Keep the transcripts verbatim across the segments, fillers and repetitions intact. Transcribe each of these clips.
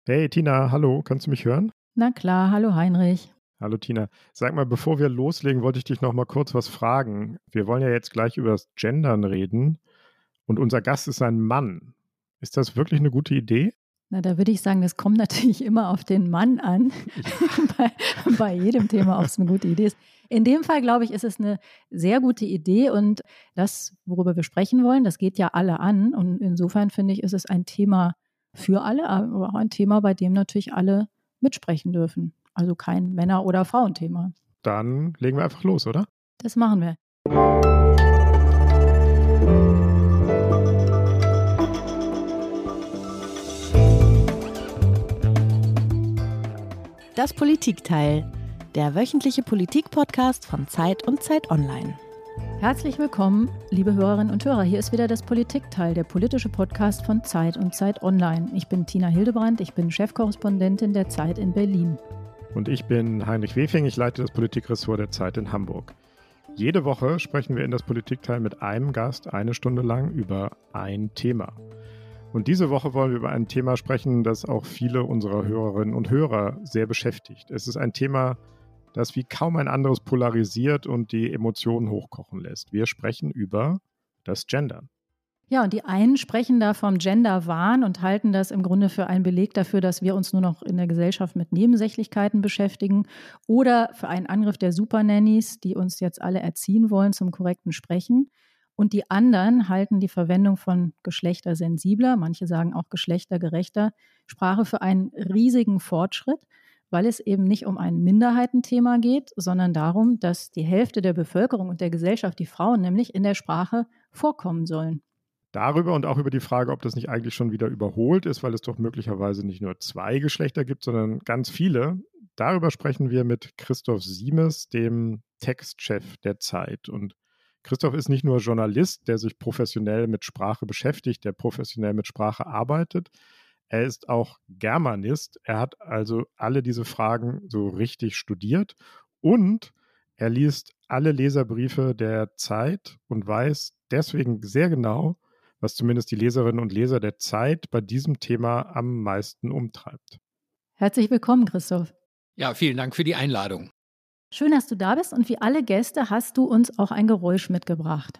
Hey Tina, hallo, kannst du mich hören? Na klar, hallo Heinrich. Hallo Tina. Sag mal, bevor wir loslegen, wollte ich dich noch mal kurz was fragen. Wir wollen ja jetzt gleich über das Gendern reden und unser Gast ist ein Mann. Ist das wirklich eine gute Idee? Na, da würde ich sagen, das kommt natürlich immer auf den Mann an. Ja. bei, bei jedem Thema, ob es eine gute Idee ist. In dem Fall, glaube ich, ist es eine sehr gute Idee und das, worüber wir sprechen wollen, das geht ja alle an und insofern finde ich, ist es ein Thema für alle, aber auch ein Thema, bei dem natürlich alle mitsprechen dürfen. Also kein Männer- oder Frauenthema. Dann legen wir einfach los, oder? Das machen wir. Das Politikteil, der wöchentliche Politik-Podcast von Zeit und Zeit Online. Herzlich willkommen, liebe Hörerinnen und Hörer. Hier ist wieder das Politikteil, der politische Podcast von Zeit und Zeit Online. Ich bin Tina Hildebrandt, ich bin Chefkorrespondentin der Zeit in Berlin. Und ich bin Heinrich Wefing, ich leite das Politikressort der Zeit in Hamburg. Jede Woche sprechen wir in das Politikteil mit einem Gast eine Stunde lang über ein Thema. Und diese Woche wollen wir über ein Thema sprechen, das auch viele unserer Hörerinnen und Hörer sehr beschäftigt. Es ist ein Thema, das wie kaum ein anderes polarisiert und die Emotionen hochkochen lässt. Wir sprechen über das Gendern. Ja, und die einen sprechen da vom Gender-Wahn und halten das im Grunde für einen Beleg dafür, dass wir uns nur noch in der Gesellschaft mit Nebensächlichkeiten beschäftigen oder für einen Angriff der Supernannies, die uns jetzt alle erziehen wollen zum korrekten Sprechen. Und die anderen halten die Verwendung von geschlechtersensibler, manche sagen auch geschlechtergerechter Sprache für einen riesigen Fortschritt, weil es eben nicht um ein Minderheitenthema geht, sondern darum, dass die Hälfte der Bevölkerung und der Gesellschaft, die Frauen nämlich, in der Sprache vorkommen sollen. Darüber und auch über die Frage, ob das nicht eigentlich schon wieder überholt ist, weil es doch möglicherweise nicht nur zwei Geschlechter gibt, sondern ganz viele. Darüber sprechen wir mit Christoph Siemes, dem Textchef der Zeit. Und Christoph ist nicht nur Journalist, der sich professionell mit Sprache beschäftigt, der professionell mit Sprache arbeitet. Er ist auch Germanist. Er hat also alle diese Fragen so richtig studiert und er liest alle Leserbriefe der Zeit und weiß deswegen sehr genau, was zumindest die Leserinnen und Leser der Zeit bei diesem Thema am meisten umtreibt. Herzlich willkommen, Christoph. Ja, vielen Dank für die Einladung. Schön, dass du da bist und wie alle Gäste hast du uns auch ein Geräusch mitgebracht.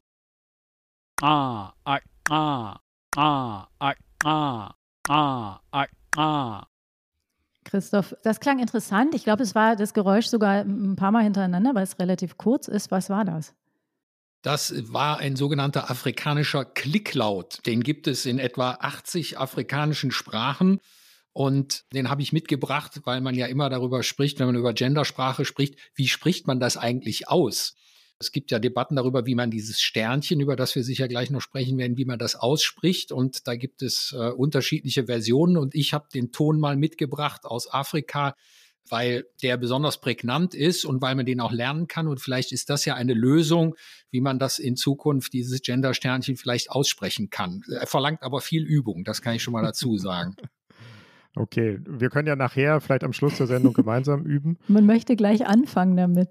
Ah, ah, ah, ah, ah, ah, ah, ah, ah. Christoph, das klang interessant. Ich glaube, es war das Geräusch sogar ein paar Mal hintereinander, weil es relativ kurz ist. Was war das? Das war ein sogenannter afrikanischer Klicklaut. Den gibt es in etwa achtzig afrikanischen Sprachen. Und den habe ich mitgebracht, weil man ja immer darüber spricht, wenn man über Gendersprache spricht, wie spricht man das eigentlich aus? Es gibt ja Debatten darüber, wie man dieses Sternchen, über das wir sicher gleich noch sprechen werden, wie man das ausspricht. Und da gibt es äh, unterschiedliche Versionen. Und ich habe den Ton mal mitgebracht aus Afrika, weil der besonders prägnant ist und weil man den auch lernen kann. Und vielleicht ist das ja eine Lösung, wie man das in Zukunft, dieses Gender-Sternchen vielleicht aussprechen kann. Er verlangt aber viel Übung, das kann ich schon mal dazu sagen. Okay, wir können ja nachher vielleicht am Schluss der Sendung gemeinsam üben. Man möchte gleich anfangen damit.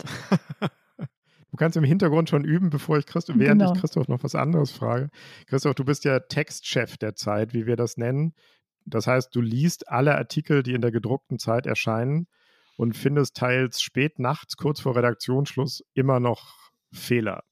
Du kannst im Hintergrund schon üben, bevor ich Christoph, während Genau. ich Christoph noch was anderes frage. Christoph, du bist ja Textchef der Zeit, wie wir das nennen. Das heißt, du liest alle Artikel, die in der gedruckten Zeit erscheinen und findest teils spät nachts, kurz vor Redaktionsschluss, immer noch Fehler.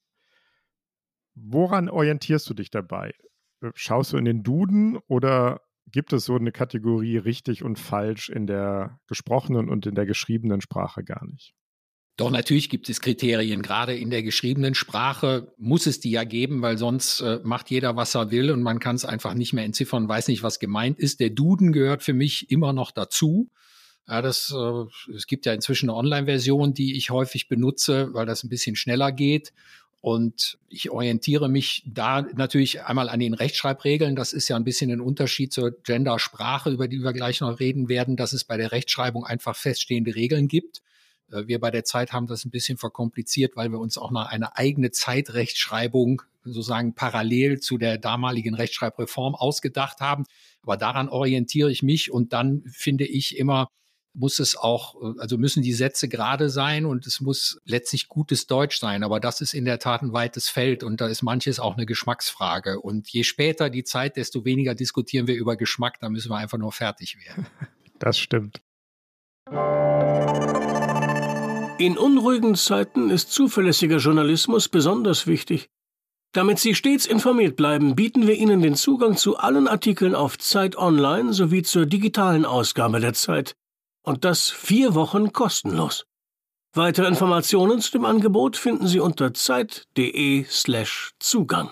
Woran orientierst du dich dabei? Schaust du in den Duden oder gibt es so eine Kategorie richtig und falsch in der gesprochenen und in der geschriebenen Sprache gar nicht? Doch natürlich gibt es Kriterien. Gerade in der geschriebenen Sprache muss es die ja geben, weil sonst äh, macht jeder, was er will und man kann es einfach nicht mehr entziffern, weiß nicht, was gemeint ist. Der Duden gehört für mich immer noch dazu. Ja, das, äh, es gibt ja inzwischen eine Online-Version, die ich häufig benutze, weil das ein bisschen schneller geht. Und ich orientiere mich da natürlich einmal an den Rechtschreibregeln. Das ist ja ein bisschen ein Unterschied zur Gendersprache, über die wir gleich noch reden werden, dass es bei der Rechtschreibung einfach feststehende Regeln gibt. Wir bei der Zeit haben das ein bisschen verkompliziert, weil wir uns auch noch eine eigene Zeitrechtschreibung sozusagen parallel zu der damaligen Rechtschreibreform ausgedacht haben. Aber daran orientiere ich mich und dann finde ich immer, muss es auch, also müssen die Sätze gerade sein und es muss letztlich gutes Deutsch sein. Aber das ist in der Tat ein weites Feld und da ist manches auch eine Geschmacksfrage. Und je später die Zeit, desto weniger diskutieren wir über Geschmack, da müssen wir einfach nur fertig werden. Das stimmt. In unruhigen Zeiten ist zuverlässiger Journalismus besonders wichtig. Damit Sie stets informiert bleiben, bieten wir Ihnen den Zugang zu allen Artikeln auf Zeit Online sowie zur digitalen Ausgabe der Zeit. Und das vier Wochen kostenlos. Weitere Informationen zu dem Angebot finden Sie unter zeit.de slash Zugang.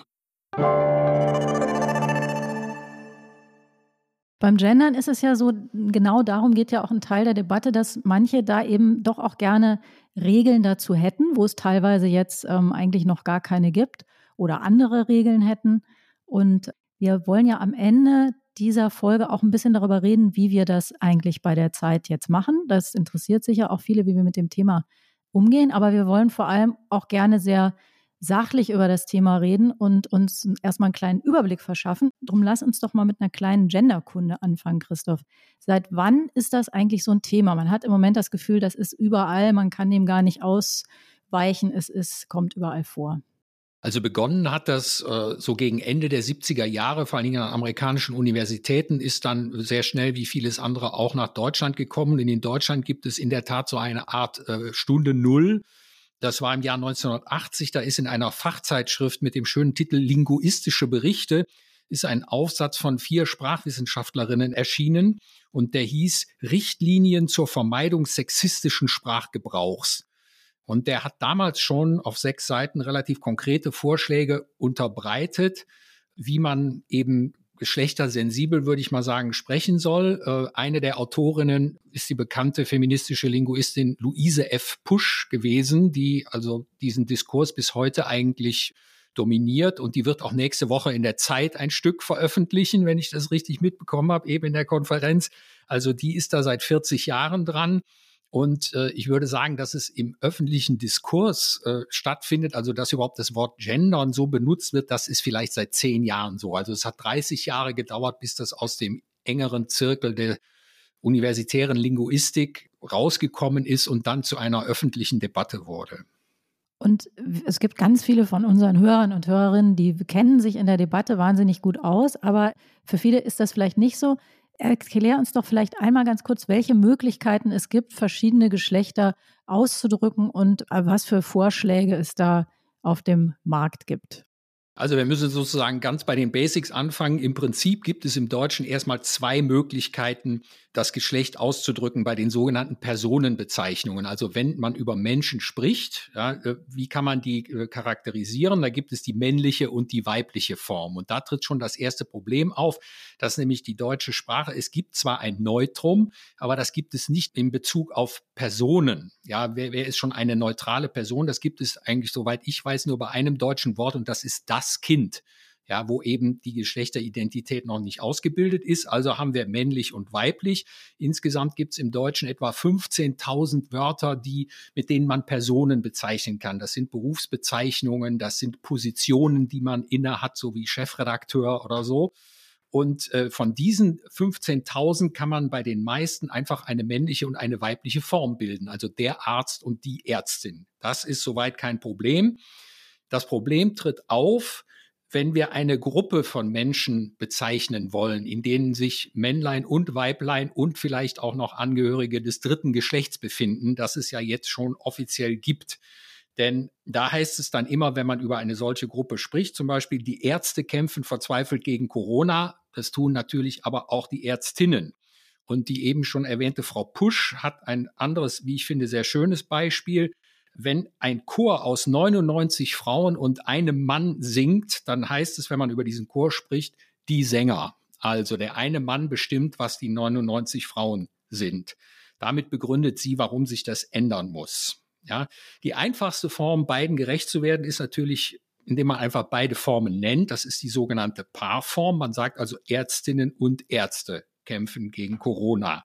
Beim Gendern ist es ja so, genau darum geht ja auch ein Teil der Debatte, dass manche da eben doch auch gerne Regeln dazu hätten, wo es teilweise jetzt ähm, eigentlich noch gar keine gibt oder andere Regeln hätten. Und wir wollen ja am Ende dieser Folge auch ein bisschen darüber reden, wie wir das eigentlich bei der Zeit jetzt machen. Das interessiert sicher auch viele, wie wir mit dem Thema umgehen. Aber wir wollen vor allem auch gerne sehr sachlich über das Thema reden und uns erstmal einen kleinen Überblick verschaffen. Drum lass uns doch mal mit einer kleinen Genderkunde anfangen, Christoph. Seit wann ist das eigentlich so ein Thema? Man hat im Moment das Gefühl, das ist überall, man kann dem gar nicht ausweichen, es ist, kommt überall vor. Also begonnen hat das äh, so gegen Ende der siebziger Jahre, vor allen Dingen an amerikanischen Universitäten, ist dann sehr schnell wie vieles andere auch nach Deutschland gekommen. Und in Deutschland gibt es in der Tat so eine Art äh, Stunde Null. Das war im Jahr neunzehnhundertachtzig, da ist in einer Fachzeitschrift mit dem schönen Titel Linguistische Berichte, ist ein Aufsatz von vier Sprachwissenschaftlerinnen erschienen und der hieß Richtlinien zur Vermeidung sexistischen Sprachgebrauchs. Und der hat damals schon auf sechs Seiten relativ konkrete Vorschläge unterbreitet, wie man eben geschlechtersensibel, würde ich mal sagen, sprechen soll. Äh, eine der Autorinnen ist die bekannte feministische Linguistin Luise F. Pusch gewesen, die also diesen Diskurs bis heute eigentlich dominiert. Und die wird auch nächste Woche in der Zeit ein Stück veröffentlichen, wenn ich das richtig mitbekommen habe, eben in der Konferenz. Also die ist da seit vierzig Jahren dran. Und äh, ich würde sagen, dass es im öffentlichen Diskurs äh, stattfindet, also dass überhaupt das Wort Gendern so benutzt wird, das ist vielleicht seit zehn Jahren so. Also es hat dreißig Jahre gedauert, bis das aus dem engeren Zirkel der universitären Linguistik rausgekommen ist und dann zu einer öffentlichen Debatte wurde. Und es gibt ganz viele von unseren Hörern und Hörerinnen, die kennen sich in der Debatte wahnsinnig gut aus, aber für viele ist das vielleicht nicht so. Erklär uns doch vielleicht einmal ganz kurz, welche Möglichkeiten es gibt, verschiedene Geschlechter auszudrücken und was für Vorschläge es da auf dem Markt gibt. Also wir müssen sozusagen ganz bei den Basics anfangen. Im Prinzip gibt es im Deutschen erstmal zwei Möglichkeiten, das Geschlecht auszudrücken bei den sogenannten Personenbezeichnungen. Also wenn man über Menschen spricht, ja, wie kann man die äh, charakterisieren? Da gibt es die männliche und die weibliche Form. Und da tritt schon das erste Problem auf, dass nämlich die deutsche Sprache, es gibt zwar ein Neutrum, aber das gibt es nicht in Bezug auf Personen. Ja, wer, wer ist schon eine neutrale Person? Das gibt es eigentlich, soweit ich weiß, nur bei einem deutschen Wort und das ist das Kind. Ja, wo eben die Geschlechteridentität noch nicht ausgebildet ist. Also haben wir männlich und weiblich. Insgesamt gibt es im Deutschen etwa fünfzehntausend Wörter, die, mit denen man Personen bezeichnen kann. Das sind Berufsbezeichnungen, das sind Positionen, die man inne hat, so wie Chefredakteur oder so. Und äh, von diesen fünfzehntausend kann man bei den meisten einfach eine männliche und eine weibliche Form bilden. Also der Arzt und die Ärztin. Das ist soweit kein Problem. Das Problem tritt auf, wenn wir eine Gruppe von Menschen bezeichnen wollen, in denen sich Männlein und Weiblein und vielleicht auch noch Angehörige des dritten Geschlechts befinden, das es ja jetzt schon offiziell gibt. Denn da heißt es dann immer, wenn man über eine solche Gruppe spricht, zum Beispiel die Ärzte kämpfen verzweifelt gegen Corona, das tun natürlich aber auch die Ärztinnen. Und die eben schon erwähnte Frau Pusch hat ein anderes, wie ich finde, sehr schönes Beispiel. Wenn ein Chor aus neunundneunzig Frauen und einem Mann singt, dann heißt es, wenn man über diesen Chor spricht, die Sänger. Also der eine Mann bestimmt, was die neunundneunzig Frauen sind. Damit begründet sie, warum sich das ändern muss. Ja, die einfachste Form, beiden gerecht zu werden, ist natürlich, indem man einfach beide Formen nennt. Das ist die sogenannte Paarform. Man sagt also, Ärztinnen und Ärzte kämpfen gegen Corona.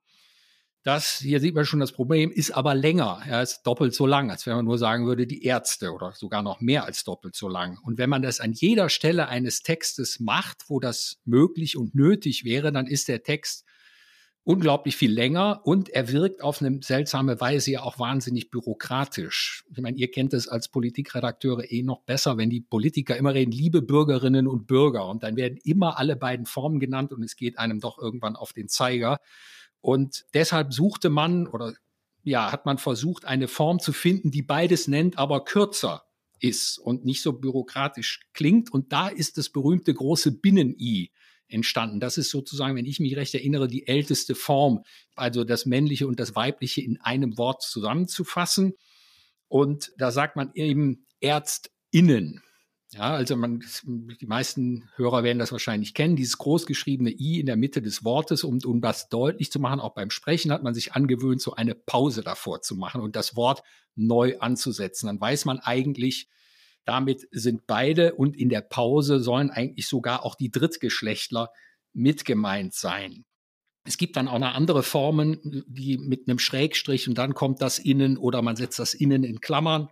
Das, hier sieht man schon das Problem, ist aber länger. Er ist doppelt so lang, als wenn man nur sagen würde, die Ärzte oder sogar noch mehr als doppelt so lang. Und wenn man das an jeder Stelle eines Textes macht, wo das möglich und nötig wäre, dann ist der Text unglaublich viel länger und er wirkt auf eine seltsame Weise ja auch wahnsinnig bürokratisch. Ich meine, ihr kennt es als Politikredakteure eh noch besser, wenn die Politiker immer reden, liebe Bürgerinnen und Bürger, und dann werden immer alle beiden Formen genannt und es geht einem doch irgendwann auf den Zeiger. Und deshalb suchte man oder ja, hat man versucht, eine Form zu finden, die beides nennt, aber kürzer ist und nicht so bürokratisch klingt. Und da ist das berühmte große Binnen-I entstanden. Das ist sozusagen, wenn ich mich recht erinnere, die älteste Form, also das Männliche und das Weibliche in einem Wort zusammenzufassen. Und da sagt man eben ÄrztInnen. Ja, also man, die meisten Hörer werden das wahrscheinlich kennen, dieses großgeschriebene I in der Mitte des Wortes, um, um das deutlich zu machen. Auch beim Sprechen hat man sich angewöhnt, so eine Pause davor zu machen und das Wort neu anzusetzen. Dann weiß man eigentlich, damit sind beide, und in der Pause sollen eigentlich sogar auch die Drittgeschlechtler mit gemeint sein. Es gibt dann auch noch andere Formen, die mit einem Schrägstrich und dann kommt das Innen oder man setzt das Innen in Klammern.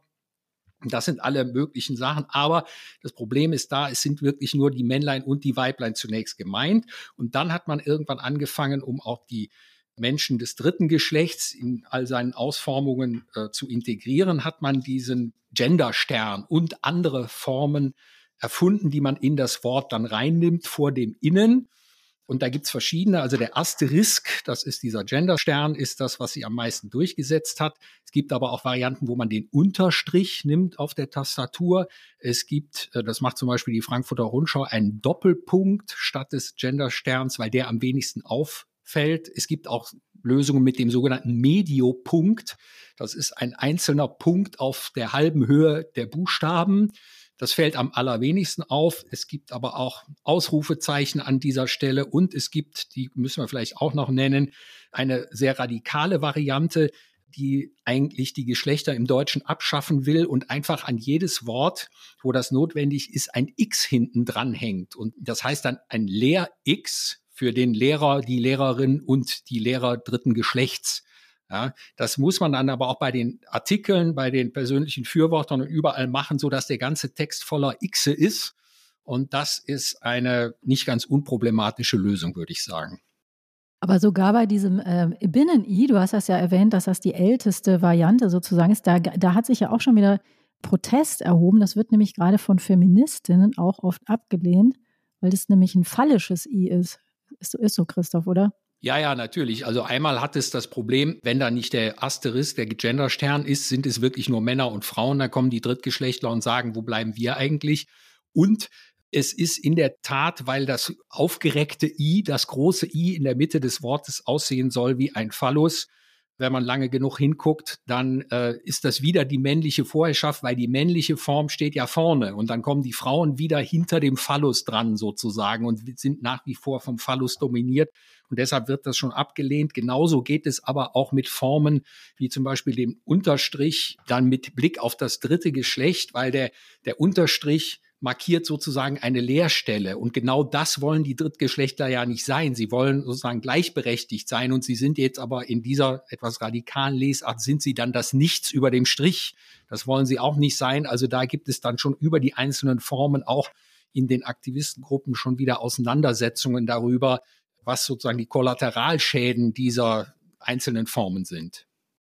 Das sind alle möglichen Sachen, aber das Problem ist da, es sind wirklich nur die Männlein und die Weiblein zunächst gemeint und dann hat man irgendwann angefangen, um auch die Menschen des dritten Geschlechts in all seinen Ausformungen äh, zu integrieren, hat man diesen Genderstern und andere Formen erfunden, die man in das Wort dann reinnimmt vor dem Innen. Und da gibt's verschiedene, also der Asterisk, das ist dieser Genderstern, ist das, was sich am meisten durchgesetzt hat. Es gibt aber auch Varianten, wo man den Unterstrich nimmt auf der Tastatur. Es gibt, das macht zum Beispiel die Frankfurter Rundschau, einen Doppelpunkt statt des Gendersterns, weil der am wenigsten auffällt. Es gibt auch Lösungen mit dem sogenannten Mediopunkt. Das ist ein einzelner Punkt auf der halben Höhe der Buchstaben. Das fällt am allerwenigsten auf. Es gibt aber auch Ausrufezeichen an dieser Stelle und es gibt, die müssen wir vielleicht auch noch nennen, eine sehr radikale Variante, die eigentlich die Geschlechter im Deutschen abschaffen will und einfach an jedes Wort, wo das notwendig ist, ein X hinten dran hängt. Und das heißt dann ein Lehr-X für den Lehrer, die Lehrerin und die Lehrer dritten Geschlechts. Ja, das muss man dann aber auch bei den Artikeln, bei den persönlichen Fürwörtern und überall machen, so dass der ganze Text voller Xe ist. Und das ist eine nicht ganz unproblematische Lösung, würde ich sagen. Aber sogar bei diesem äh, Binnen-I, du hast das ja erwähnt, dass das die älteste Variante sozusagen ist, da, da hat sich ja auch schon wieder Protest erhoben. Das wird nämlich gerade von Feministinnen auch oft abgelehnt, weil das nämlich ein phallisches I ist. Ist so, ist so, Christoph, oder? Ja, ja, natürlich. Also einmal hat es das Problem, wenn da nicht der Asterisk, der Genderstern ist, sind es wirklich nur Männer und Frauen. Da kommen die Drittgeschlechtler und sagen, wo bleiben wir eigentlich? Und es ist in der Tat, weil das aufgereckte I, das große I in der Mitte des Wortes aussehen soll wie ein Phallus. Wenn man lange genug hinguckt, dann äh, ist das wieder die männliche Vorherrschaft, weil die männliche Form steht ja vorne und dann kommen die Frauen wieder hinter dem Phallus dran sozusagen und sind nach wie vor vom Phallus dominiert und deshalb wird das schon abgelehnt. Genauso geht es aber auch mit Formen wie zum Beispiel dem Unterstrich, dann mit Blick auf das dritte Geschlecht, weil der, der Unterstrich markiert sozusagen eine Leerstelle. Und genau das wollen die Drittgeschlechtler ja nicht sein. Sie wollen sozusagen gleichberechtigt sein. Und sie sind jetzt aber in dieser etwas radikalen Lesart, sind sie dann das Nichts über dem Strich. Das wollen sie auch nicht sein. Also da gibt es dann schon über die einzelnen Formen auch in den Aktivistengruppen schon wieder Auseinandersetzungen darüber, was sozusagen die Kollateralschäden dieser einzelnen Formen sind.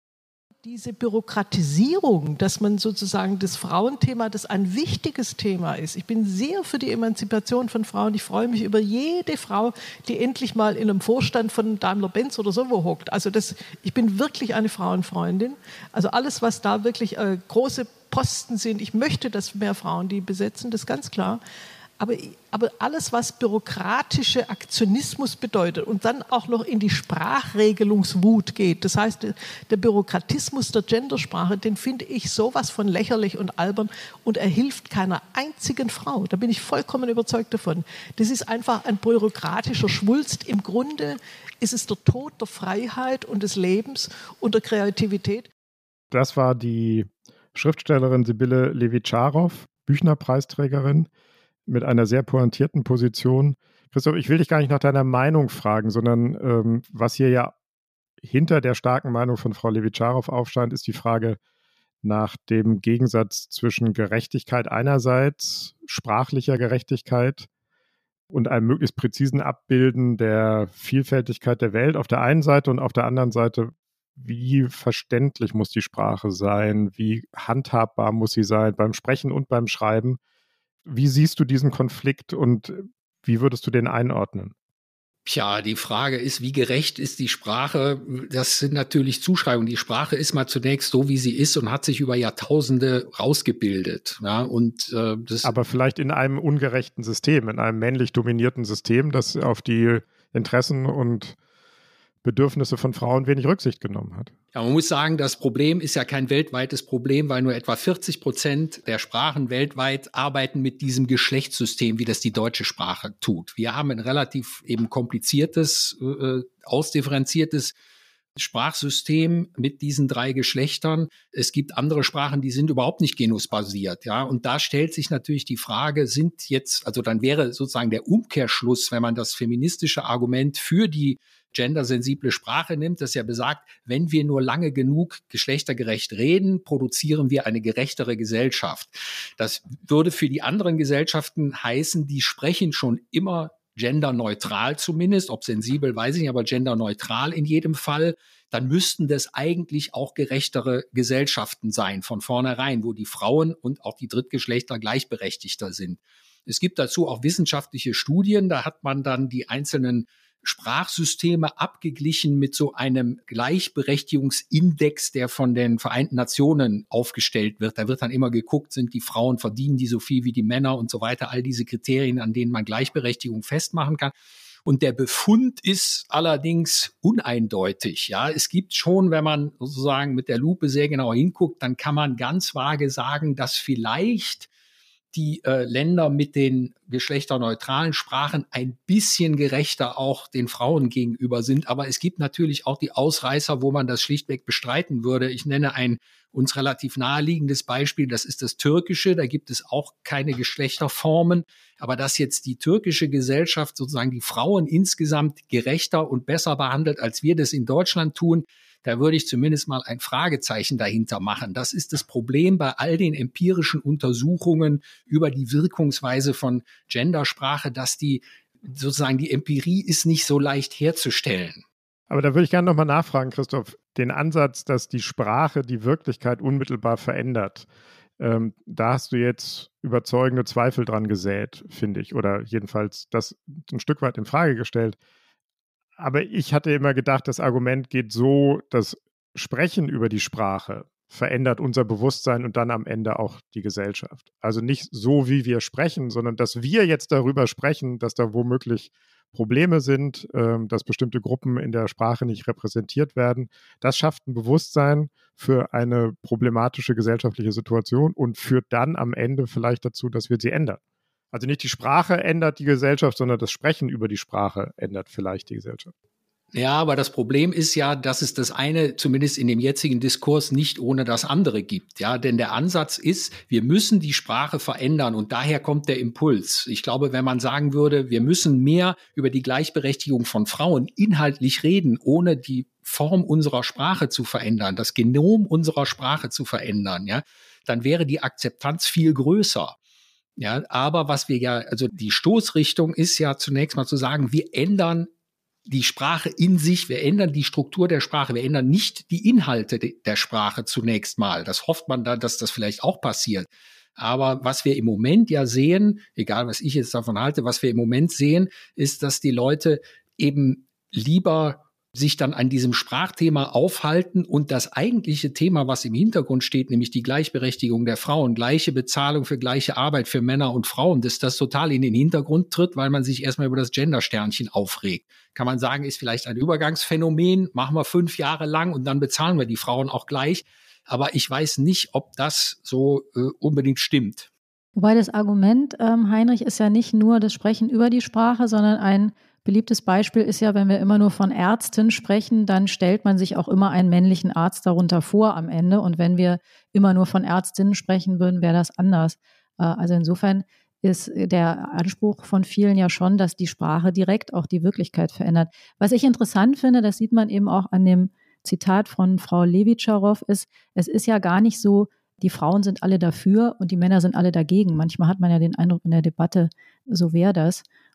Diese Bürokratisierung, dass man sozusagen das Frauenthema, das ein wichtiges Thema ist. Ich bin sehr für die Emanzipation von Frauen. Ich freue mich über jede Frau, die endlich mal in einem Vorstand von Daimler-Benz oder so wo hockt. Also das, ich bin wirklich eine Frauenfreundin. Also alles, was da wirklich äh, große Posten sind, ich möchte, dass mehr Frauen die besetzen, das ist ganz klar. Aber, aber alles, was bürokratische Aktionismus bedeutet und dann auch noch in die Sprachregelungswut geht, das heißt, der Bürokratismus der Gendersprache, den finde ich sowas von lächerlich und albern und er hilft keiner einzigen Frau. Da bin ich vollkommen überzeugt davon. Das ist einfach ein bürokratischer Schwulst. Im Grunde ist es der Tod der Freiheit und des Lebens und der Kreativität. Das war die Schriftstellerin Sibylle Levitscharow, Büchner-Preisträgerin, mit einer sehr pointierten Position. Christoph, ich will dich gar nicht nach deiner Meinung fragen, sondern ähm, was hier ja hinter der starken Meinung von Frau Levitscharow aufscheint, ist die Frage nach dem Gegensatz zwischen Gerechtigkeit einerseits, sprachlicher Gerechtigkeit und einem möglichst präzisen Abbilden der Vielfältigkeit der Welt auf der einen Seite und auf der anderen Seite, wie verständlich muss die Sprache sein, wie handhabbar muss sie sein beim Sprechen und beim Schreiben. Wie siehst du diesen Konflikt und wie würdest du den einordnen? Tja, die Frage ist, wie gerecht ist die Sprache? Das sind natürlich Zuschreibungen. Die Sprache ist mal zunächst so, wie sie ist und hat sich über Jahrtausende rausgebildet. Ja, und, äh, das Aber vielleicht in einem ungerechten System, in einem männlich dominierten System, das auf die Interessen und Bedürfnisse von Frauen wenig Rücksicht genommen hat. Ja, man muss sagen, das Problem ist ja kein weltweites Problem, weil nur etwa vierzig Prozent der Sprachen weltweit arbeiten mit diesem Geschlechtssystem, wie das die deutsche Sprache tut. Wir haben ein relativ eben kompliziertes, äh, ausdifferenziertes Sprachsystem mit diesen drei Geschlechtern. Es gibt andere Sprachen, die sind überhaupt nicht genusbasiert, ja. Und da stellt sich natürlich die Frage, sind jetzt, also dann wäre sozusagen der Umkehrschluss, wenn man das feministische Argument für die gendersensible Sprache nimmt, das ja besagt, wenn wir nur lange genug geschlechtergerecht reden, produzieren wir eine gerechtere Gesellschaft. Das würde für die anderen Gesellschaften heißen, die sprechen schon immer genderneutral zumindest, ob sensibel, weiß ich nicht, aber genderneutral in jedem Fall. Dann müssten das eigentlich auch gerechtere Gesellschaften sein, von vornherein, wo die Frauen und auch die Drittgeschlechtler gleichberechtigter sind. Es gibt dazu auch wissenschaftliche Studien, da hat man dann die einzelnen Sprachsysteme abgeglichen mit so einem Gleichberechtigungsindex, der von den Vereinten Nationen aufgestellt wird. Da wird dann immer geguckt, sind die Frauen, verdienen die so viel wie die Männer und so weiter. All diese Kriterien, an denen man Gleichberechtigung festmachen kann. Und der Befund ist allerdings uneindeutig. Ja, es gibt schon, wenn man sozusagen mit der Lupe sehr genau hinguckt, dann kann man ganz vage sagen, dass vielleicht die äh, Länder mit den geschlechterneutralen Sprachen ein bisschen gerechter auch den Frauen gegenüber sind. Aber es gibt natürlich auch die Ausreißer, wo man das schlichtweg bestreiten würde. Ich nenne ein uns relativ naheliegendes Beispiel, das ist das Türkische. Da gibt es auch keine Geschlechterformen. Aber dass jetzt die türkische Gesellschaft sozusagen die Frauen insgesamt gerechter und besser behandelt, als wir das in Deutschland tun, da würde ich zumindest mal ein Fragezeichen dahinter machen. Das ist das Problem bei all den empirischen Untersuchungen über die Wirkungsweise von Gendersprache, dass die sozusagen die Empirie ist nicht so leicht herzustellen. Aber da würde ich gerne nochmal nachfragen, Christoph, den Ansatz, dass die Sprache die Wirklichkeit unmittelbar verändert. Ähm, da hast du jetzt überzeugende Zweifel dran gesät, finde ich, oder jedenfalls das ein Stück weit in Frage gestellt. Aber ich hatte immer gedacht, das Argument geht so, das Sprechen über die Sprache verändert unser Bewusstsein und dann am Ende auch die Gesellschaft. Also nicht so, wie wir sprechen, sondern dass wir jetzt darüber sprechen, dass da womöglich Probleme sind, ähm, dass bestimmte Gruppen in der Sprache nicht repräsentiert werden. Das schafft ein Bewusstsein für eine problematische gesellschaftliche Situation und führt dann am Ende vielleicht dazu, dass wir sie ändern. Also nicht die Sprache ändert die Gesellschaft, sondern das Sprechen über die Sprache ändert vielleicht die Gesellschaft. Ja, aber das Problem ist ja, dass es das eine zumindest in dem jetzigen Diskurs nicht ohne das andere gibt. Ja, denn der Ansatz ist, wir müssen die Sprache verändern und daher kommt der Impuls. Ich glaube, wenn man sagen würde, wir müssen mehr über die Gleichberechtigung von Frauen inhaltlich reden, ohne die Form unserer Sprache zu verändern, das Genom unserer Sprache zu verändern, ja, dann wäre die Akzeptanz viel größer. Ja, aber was wir ja, also die Stoßrichtung ist ja zunächst mal zu sagen, wir ändern die Sprache in sich, wir ändern die Struktur der Sprache, wir ändern nicht die Inhalte de- der Sprache zunächst mal. Das hofft man dann, dass das vielleicht auch passiert. Aber was wir im Moment ja sehen, egal was ich jetzt davon halte, was wir im Moment sehen, ist, dass die Leute eben lieber sich dann an diesem Sprachthema aufhalten und das eigentliche Thema, was im Hintergrund steht, nämlich die Gleichberechtigung der Frauen, gleiche Bezahlung für gleiche Arbeit für Männer und Frauen, dass das total in den Hintergrund tritt, weil man sich erstmal über das Gendersternchen aufregt. Kann man sagen, ist vielleicht ein Übergangsphänomen, machen wir fünf Jahre lang und dann bezahlen wir die Frauen auch gleich. Aber ich weiß nicht, ob das so äh, unbedingt stimmt. Wobei das Argument, ähm, Heinrich, ist ja nicht nur das Sprechen über die Sprache, sondern ein beliebtes Beispiel ist ja, wenn wir immer nur von Ärztin sprechen, dann stellt man sich auch immer einen männlichen Arzt darunter vor am Ende. Und wenn wir immer nur von Ärztinnen sprechen würden, wäre das anders. Äh, also insofern ist der Anspruch von vielen ja schon, dass die Sprache direkt auch die Wirklichkeit verändert. Was ich interessant finde, das sieht man eben auch an dem Zitat von Frau Levitscharow, ist, es ist ja gar nicht so, die Frauen sind alle dafür und die Männer sind alle dagegen. Manchmal hat man ja den Eindruck in der Debatte, so wäre das.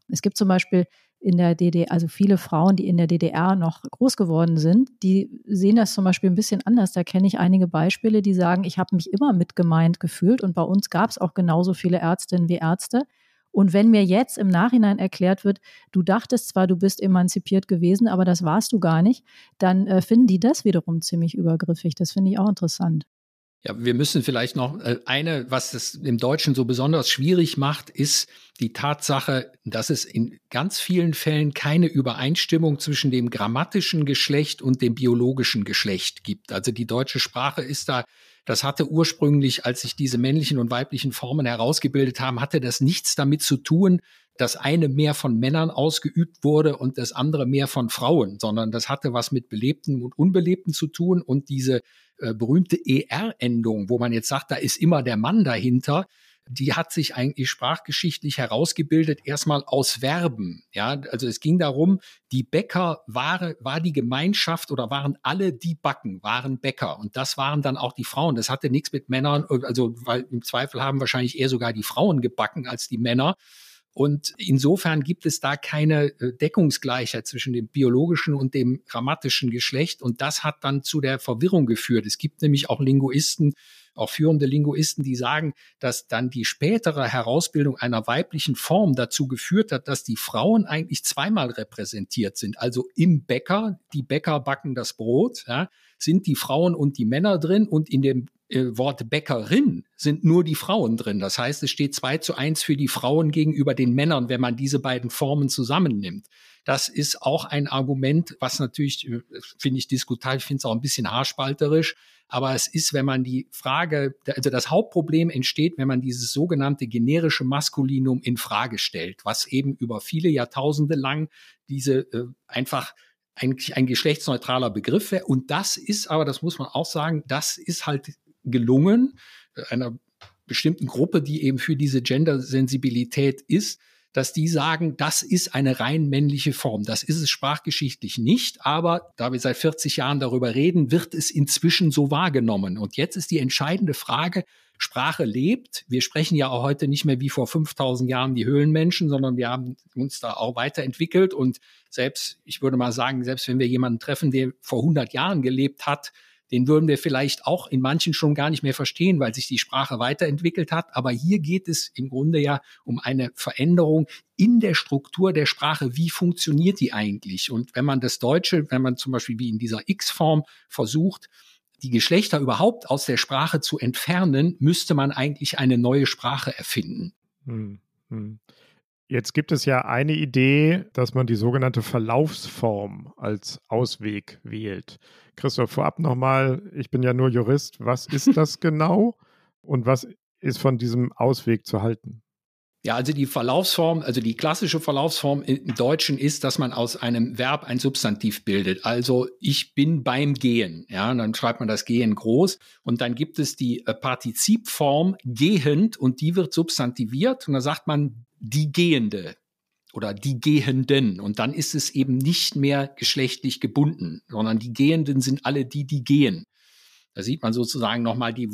Es gibt zum Beispiel in der D D R, also viele Frauen, die in der D D R noch groß geworden sind, die sehen das zum Beispiel ein bisschen anders. Da kenne ich einige Beispiele, die sagen, ich habe mich immer mitgemeint gefühlt und bei uns gab es auch genauso viele Ärztinnen wie Ärzte. Und wenn mir jetzt im Nachhinein erklärt wird, du dachtest zwar, du bist emanzipiert gewesen, aber das warst du gar nicht, dann äh, finden die das wiederum ziemlich übergriffig. Das finde ich auch interessant. Ja, wir müssen vielleicht noch äh, eine, was es im Deutschen so besonders schwierig macht, ist die Tatsache, dass es in ganz vielen Fällen keine Übereinstimmung zwischen dem grammatischen Geschlecht und dem biologischen Geschlecht gibt. Also die deutsche Sprache ist da, das hatte ursprünglich, als sich diese männlichen und weiblichen Formen herausgebildet haben, hatte das nichts damit zu tun, dass eine mehr von Männern ausgeübt wurde und das andere mehr von Frauen, sondern das hatte was mit Belebten und Unbelebten zu tun. Und diese äh, berühmte E R-Endung, wo man jetzt sagt, da ist immer der Mann dahinter, die hat sich eigentlich sprachgeschichtlich herausgebildet, erstmal aus Verben. Ja, also es ging darum, die Bäcker war, war die Gemeinschaft oder waren alle, die backen, waren Bäcker. Und das waren dann auch die Frauen. Das hatte nichts mit Männern, also weil im Zweifel haben wahrscheinlich eher sogar die Frauen gebacken als die Männer. Und insofern gibt es da keine Deckungsgleichheit zwischen dem biologischen und dem grammatischen Geschlecht. Und das hat dann zu der Verwirrung geführt. Es gibt nämlich auch Linguisten, auch führende Linguisten, die sagen, dass dann die spätere Herausbildung einer weiblichen Form dazu geführt hat, dass die Frauen eigentlich zweimal repräsentiert sind. Also im Bäcker, die Bäcker backen das Brot, ja, sind die Frauen und die Männer drin und in dem äh, Wort Bäckerin sind nur die Frauen drin. Das heißt, es steht zwei zu eins für die Frauen gegenüber den Männern, wenn man diese beiden Formen zusammennimmt. Das ist auch ein Argument, was natürlich, finde ich, diskutabel, ich finde es auch ein bisschen haarspalterisch, aber es ist, wenn man die Frage, also das Hauptproblem entsteht, wenn man dieses sogenannte generische Maskulinum in Frage stellt, was eben über viele Jahrtausende lang diese äh, einfach eigentlich ein geschlechtsneutraler Begriff wäre. Und das ist aber, das muss man auch sagen, das ist halt gelungen, einer bestimmten Gruppe, die eben für diese Gendersensibilität ist, dass die sagen, das ist eine rein männliche Form. Das ist es sprachgeschichtlich nicht, aber da wir seit vierzig Jahren darüber reden, wird es inzwischen so wahrgenommen. Und jetzt ist die entscheidende Frage, Sprache lebt. Wir sprechen ja auch heute nicht mehr wie vor fünftausend Jahren die Höhlenmenschen, sondern wir haben uns da auch weiterentwickelt. Und selbst, ich würde mal sagen, selbst wenn wir jemanden treffen, der vor hundert Jahren gelebt hat, den würden wir vielleicht auch in manchen schon gar nicht mehr verstehen, weil sich die Sprache weiterentwickelt hat. Aber hier geht es im Grunde ja um eine Veränderung in der Struktur der Sprache. Wie funktioniert die eigentlich? Und wenn man das Deutsche, wenn man zum Beispiel wie in dieser X-Form versucht, die Geschlechter überhaupt aus der Sprache zu entfernen, müsste man eigentlich eine neue Sprache erfinden. Hm, hm. Jetzt gibt es ja eine Idee, dass man die sogenannte Verlaufsform als Ausweg wählt. Christoph, vorab nochmal, ich bin ja nur Jurist, was ist das genau und was ist von diesem Ausweg zu halten? Ja, also die Verlaufsform, also die klassische Verlaufsform im Deutschen ist, dass man aus einem Verb ein Substantiv bildet. Also ich bin beim Gehen. Ja, und dann schreibt man das Gehen groß und dann gibt es die Partizipform gehend und die wird substantiviert und dann sagt man die Gehende oder die Gehenden und dann ist es eben nicht mehr geschlechtlich gebunden, sondern die Gehenden sind alle die, die gehen. Da sieht man sozusagen nochmal die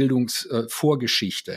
Wortbildungsvorgeschichte.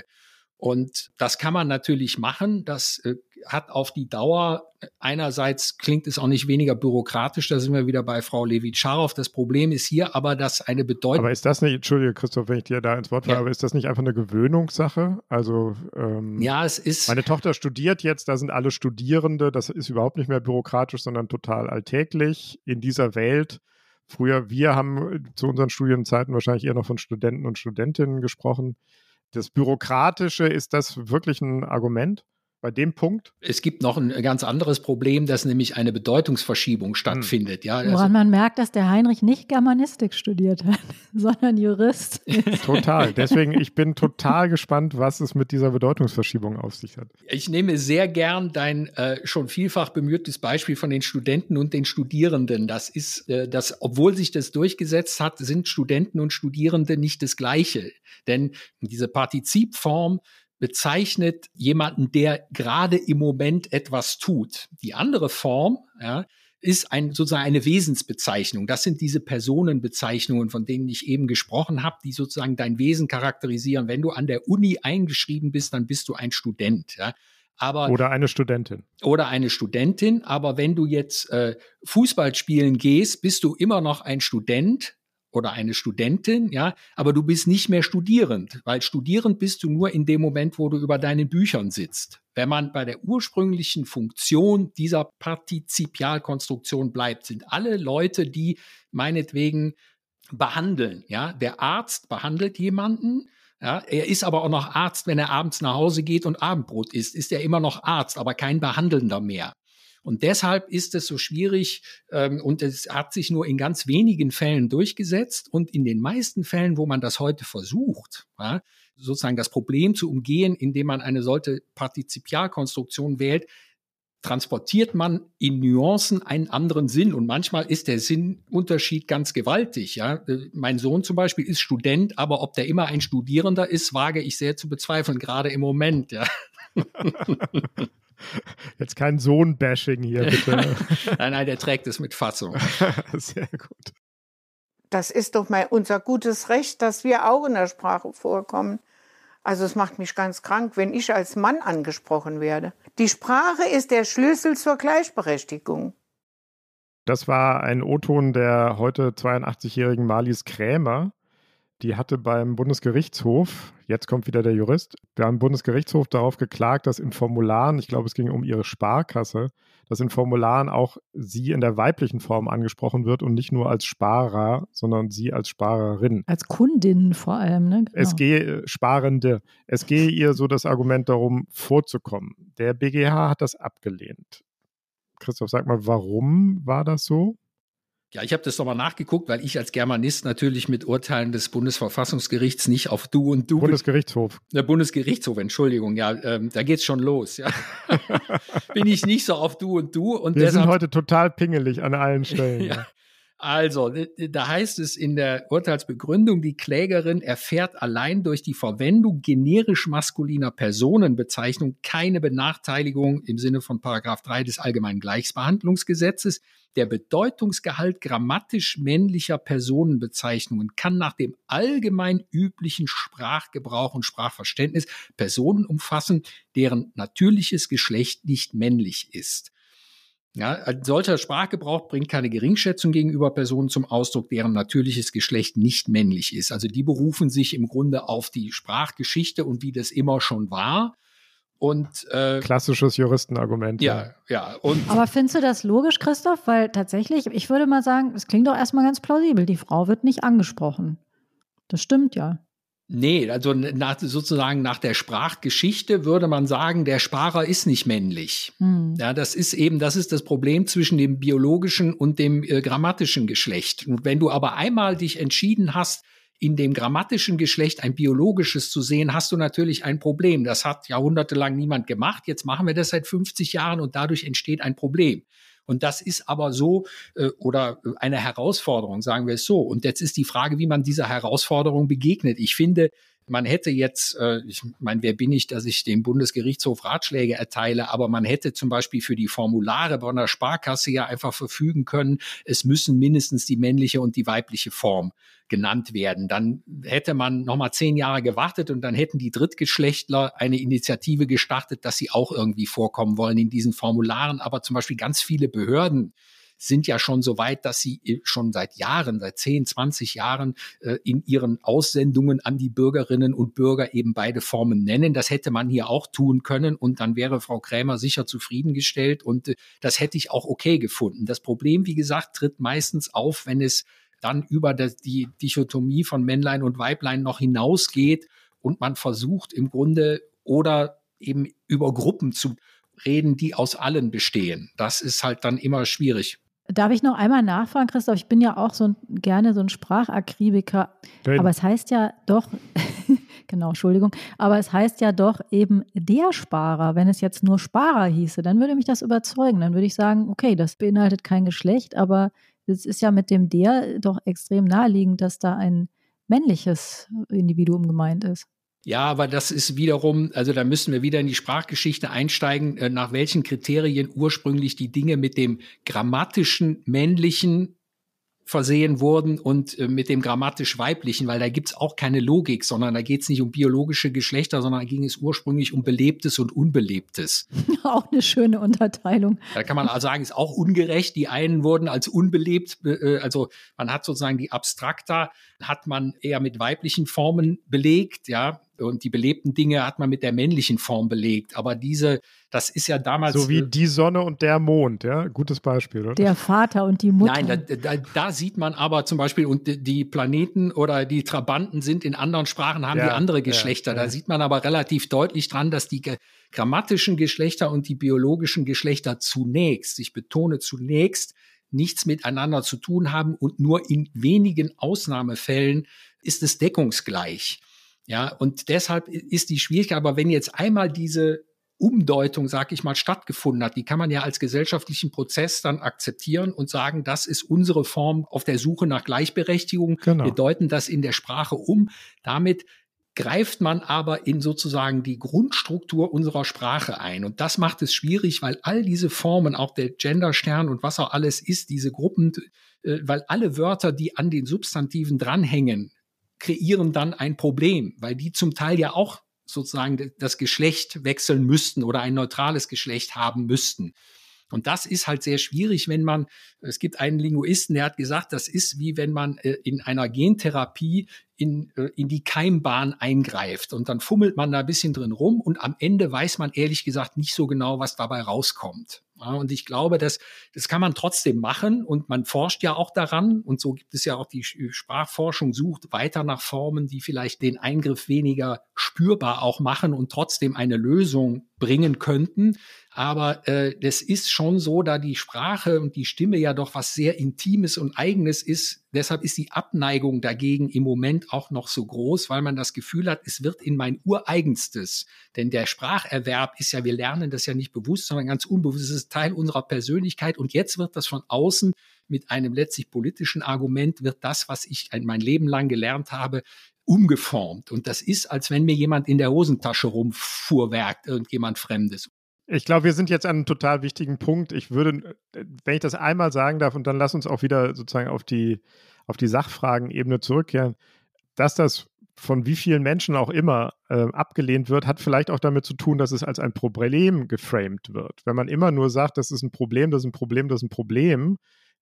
Und das kann man natürlich machen. Das äh, hat auf die Dauer, einerseits klingt es auch nicht weniger bürokratisch, da sind wir wieder bei Frau Levit-Scharow. Das Problem ist hier aber, dass eine Bedeutung... Aber ist das nicht, Entschuldige Christoph, wenn ich dir da ins Wort falle, ja. aber ist das nicht einfach eine Gewöhnungssache? Also ähm, ja, es ist... Meine Tochter studiert jetzt, da sind alle Studierende, das ist überhaupt nicht mehr bürokratisch, sondern total alltäglich in dieser Welt. Früher, wir haben zu unseren Studienzeiten wahrscheinlich eher noch von Studenten und Studentinnen gesprochen. Das Bürokratische, ist das wirklich ein Argument bei dem Punkt? Es gibt noch ein ganz anderes Problem, dass nämlich eine Bedeutungsverschiebung stattfindet. Hm. Ja, Woran also, man merkt, dass der Heinrich nicht Germanistik studiert hat, sondern Jurist. Total. Deswegen, ich bin total gespannt, was es mit dieser Bedeutungsverschiebung auf sich hat. Ich nehme sehr gern dein äh, schon vielfach bemühtes Beispiel von den Studenten und den Studierenden. Das ist, äh, das, obwohl sich das durchgesetzt hat, sind Studenten und Studierende nicht das Gleiche. Denn diese Partizipform bezeichnet jemanden, der gerade im Moment etwas tut. Die andere Form, ja, ist ein, sozusagen eine Wesensbezeichnung. Das sind diese Personenbezeichnungen, von denen ich eben gesprochen habe, die sozusagen dein Wesen charakterisieren. Wenn du an der Uni eingeschrieben bist, dann bist du ein Student. Ja. Aber, oder eine Studentin. Oder eine Studentin. Aber wenn du jetzt äh, Fußball spielen gehst, bist du immer noch ein Student oder eine Studentin, ja, aber du bist nicht mehr studierend, weil studierend bist du nur in dem Moment, wo du über deinen Büchern sitzt. Wenn man bei der ursprünglichen Funktion dieser Partizipialkonstruktion bleibt, sind alle Leute, die meinetwegen behandeln, ja, der Arzt behandelt jemanden, ja, er ist aber auch noch Arzt, wenn er abends nach Hause geht und Abendbrot isst, ist er immer noch Arzt, aber kein Behandelnder mehr. Und deshalb ist es so schwierig ähm, und es hat sich nur in ganz wenigen Fällen durchgesetzt. Und in den meisten Fällen, wo man das heute versucht, ja, sozusagen das Problem zu umgehen, indem man eine solche Partizipialkonstruktion wählt, transportiert man in Nuancen einen anderen Sinn. Und manchmal ist der Sinnunterschied ganz gewaltig. Ja. Mein Sohn zum Beispiel ist Student, aber ob der immer ein Studierender ist, wage ich sehr zu bezweifeln, gerade im Moment. Ja. Jetzt kein Sohn-Bashing hier, bitte. Nein, nein, der trägt es mit Fassung. Sehr gut. Das ist doch mal unser gutes Recht, dass wir auch in der Sprache vorkommen. Also es macht mich ganz krank, wenn ich als Mann angesprochen werde. Die Sprache ist der Schlüssel zur Gleichberechtigung. Das war ein O-Ton der heute zweiundachtzigjährigen Marlies Krämer. Die hatte beim Bundesgerichtshof, jetzt kommt wieder der Jurist, beim Bundesgerichtshof darauf geklagt, dass in Formularen, ich glaube, es ging um ihre Sparkasse, dass in Formularen auch sie in der weiblichen Form angesprochen wird und nicht nur als Sparer, sondern sie als Sparerin. Als Kundin vor allem, ne? Genau. Es gehe, Sparende. Es gehe ihr so das Argument darum, vorzukommen. Der B G H hat das abgelehnt. Christoph, sag mal, warum war das so? Ja, ich habe das nochmal nachgeguckt, weil ich als Germanist natürlich mit Urteilen des Bundesverfassungsgerichts nicht auf Du und Du... Bundesgerichtshof. Der Bundesgerichtshof, Entschuldigung, ja, ähm, da geht's schon los. Ja. Bin ich nicht so auf Du und Du. Und Wir deshalb, sind heute total pingelig an allen Stellen. ja. Ja. Also, da heißt es in der Urteilsbegründung, die Klägerin erfährt allein durch die Verwendung generisch maskuliner Personenbezeichnung keine Benachteiligung im Sinne von Paragraph drei des Allgemeinen Gleichbehandlungsgesetzes. Der Bedeutungsgehalt grammatisch männlicher Personenbezeichnungen kann nach dem allgemein üblichen Sprachgebrauch und Sprachverständnis Personen umfassen, deren natürliches Geschlecht nicht männlich ist. Ja, ein solcher Sprachgebrauch bringt keine Geringschätzung gegenüber Personen zum Ausdruck, deren natürliches Geschlecht nicht männlich ist. Also die berufen sich im Grunde auf die Sprachgeschichte und wie das immer schon war. Und, äh, klassisches Juristenargument. Ja, ja. Und aber findest du das logisch, Christoph? Weil tatsächlich, ich würde mal sagen, es klingt doch erstmal ganz plausibel. Die Frau wird nicht angesprochen. Das stimmt ja. Nee, also nach, sozusagen nach der Sprachgeschichte würde man sagen, der Sparer ist nicht männlich. Hm. Ja, das ist eben, das ist das Problem zwischen dem biologischen und dem äh, grammatischen Geschlecht. Und wenn du aber einmal dich entschieden hast, in dem grammatischen Geschlecht ein biologisches zu sehen, hast du natürlich ein Problem. Das hat jahrhundertelang niemand gemacht. Jetzt machen wir das seit fünfzig Jahren und dadurch entsteht ein Problem. Und das ist aber so, äh, oder eine Herausforderung, sagen wir es so. Und jetzt ist die Frage, wie man dieser Herausforderung begegnet. Ich finde, man hätte jetzt, äh, ich meine, wer bin ich, dass ich dem Bundesgerichtshof Ratschläge erteile, aber man hätte zum Beispiel für die Formulare bei einer Sparkasse ja einfach verfügen können, es müssen mindestens die männliche und die weibliche Form genannt werden. Dann hätte man nochmal zehn Jahre gewartet und dann hätten die Drittgeschlechtler eine Initiative gestartet, dass sie auch irgendwie vorkommen wollen in diesen Formularen. Aber zum Beispiel ganz viele Behörden sind ja schon so weit, dass sie schon seit Jahren, seit zehn, zwanzig Jahren äh, in ihren Aussendungen an die Bürgerinnen und Bürger eben beide Formen nennen. Das hätte man hier auch tun können und dann wäre Frau Krämer sicher zufriedengestellt und äh, das hätte ich auch okay gefunden. Das Problem, wie gesagt, tritt meistens auf, wenn es dann über das, die Dichotomie von Männlein und Weiblein noch hinausgeht und man versucht im Grunde oder eben über Gruppen zu reden, die aus allen bestehen. Das ist halt dann immer schwierig. Darf ich noch einmal nachfragen, Christoph? Ich bin ja auch so ein, gerne so ein Sprachakribiker, Nein. aber es heißt ja doch, genau, Entschuldigung, aber es heißt ja doch eben der Sparer. Wenn es jetzt nur Sparer hieße, dann würde mich das überzeugen. Dann würde ich sagen, okay, das beinhaltet kein Geschlecht, aber es ist ja mit dem der doch extrem naheliegend, dass da ein männliches Individuum gemeint ist. Ja, aber das ist wiederum, also da müssen wir wieder in die Sprachgeschichte einsteigen, äh, nach welchen Kriterien ursprünglich die Dinge mit dem grammatischen männlichen versehen wurden und äh, mit dem grammatisch Weiblichen, weil da gibt's auch keine Logik, sondern da geht's nicht um biologische Geschlechter, sondern da ging es ursprünglich um Belebtes und Unbelebtes. Auch eine schöne Unterteilung. Da kann man also sagen, ist auch ungerecht. Die einen wurden als unbelebt, äh, also man hat sozusagen die Abstrakta, hat man eher mit weiblichen Formen belegt, ja, und die belebten Dinge hat man mit der männlichen Form belegt. Aber diese, das ist ja damals... So wie die Sonne und der Mond, ja, gutes Beispiel, oder? Der Vater und die Mutter. Nein, da, da, da sieht man aber zum Beispiel, und die Planeten oder die Trabanten sind in anderen Sprachen, haben ja, die andere Geschlechter. Ja, ja. Da sieht man aber relativ deutlich dran, dass die ge- grammatischen Geschlechter und die biologischen Geschlechter zunächst, ich betone zunächst, nichts miteinander zu tun haben und nur in wenigen Ausnahmefällen ist es deckungsgleich. Ja, und deshalb ist die Schwierigkeit, aber wenn jetzt einmal diese Umdeutung, sag ich mal, stattgefunden hat, die kann man ja als gesellschaftlichen Prozess dann akzeptieren und sagen, das ist unsere Form auf der Suche nach Gleichberechtigung. Genau. Wir deuten das in der Sprache um. Damit greift man aber in sozusagen die Grundstruktur unserer Sprache ein. Und das macht es schwierig, weil all diese Formen, auch der Genderstern und was auch alles ist, diese Gruppen, äh, weil alle Wörter, die an den Substantiven dranhängen, kreieren dann ein Problem, weil die zum Teil ja auch sozusagen das Geschlecht wechseln müssten oder ein neutrales Geschlecht haben müssten. Und das ist halt sehr schwierig, wenn man, es gibt einen Linguisten, der hat gesagt, das ist wie wenn man äh, in einer Gentherapie in, äh, in die Keimbahn eingreift und dann fummelt man da ein bisschen drin rum und am Ende weiß man ehrlich gesagt nicht so genau, was dabei rauskommt. Ja, und ich glaube, das, das kann man trotzdem machen und man forscht ja auch daran und so gibt es ja auch die Sprachforschung, sucht weiter nach Formen, die vielleicht den Eingriff weniger spürbar auch machen und trotzdem eine Lösung bringen könnten. Aber äh, das ist schon so, da die Sprache und die Stimme ja doch was sehr Intimes und Eigenes ist. Deshalb ist die Abneigung dagegen im Moment auch noch so groß, weil man das Gefühl hat, es wird in mein Ureigenstes. Denn der Spracherwerb ist ja, wir lernen das ja nicht bewusst, sondern ganz unbewusst, es ist Teil unserer Persönlichkeit. Und jetzt wird das von außen mit einem letztlich politischen Argument, wird das, was ich mein Leben lang gelernt habe, umgeformt. Und das ist, als wenn mir jemand in der Hosentasche rumfuhrwerkt, irgendjemand Fremdes. Ich glaube, wir sind jetzt an einem total wichtigen Punkt. Ich würde, wenn ich das einmal sagen darf, und dann lass uns auch wieder sozusagen auf die, auf die Sachfragenebene zurückkehren, dass das von wie vielen Menschen auch immer äh, abgelehnt wird, hat vielleicht auch damit zu tun, dass es als ein Problem geframed wird. Wenn man immer nur sagt, das ist ein Problem, das ist ein Problem, das ist ein Problem,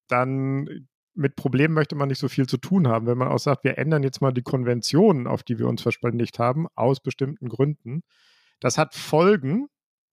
dann mit Problemen möchte man nicht so viel zu tun haben. Wenn man auch sagt, wir ändern jetzt mal die Konventionen, auf die wir uns verständigt haben, aus bestimmten Gründen, das hat Folgen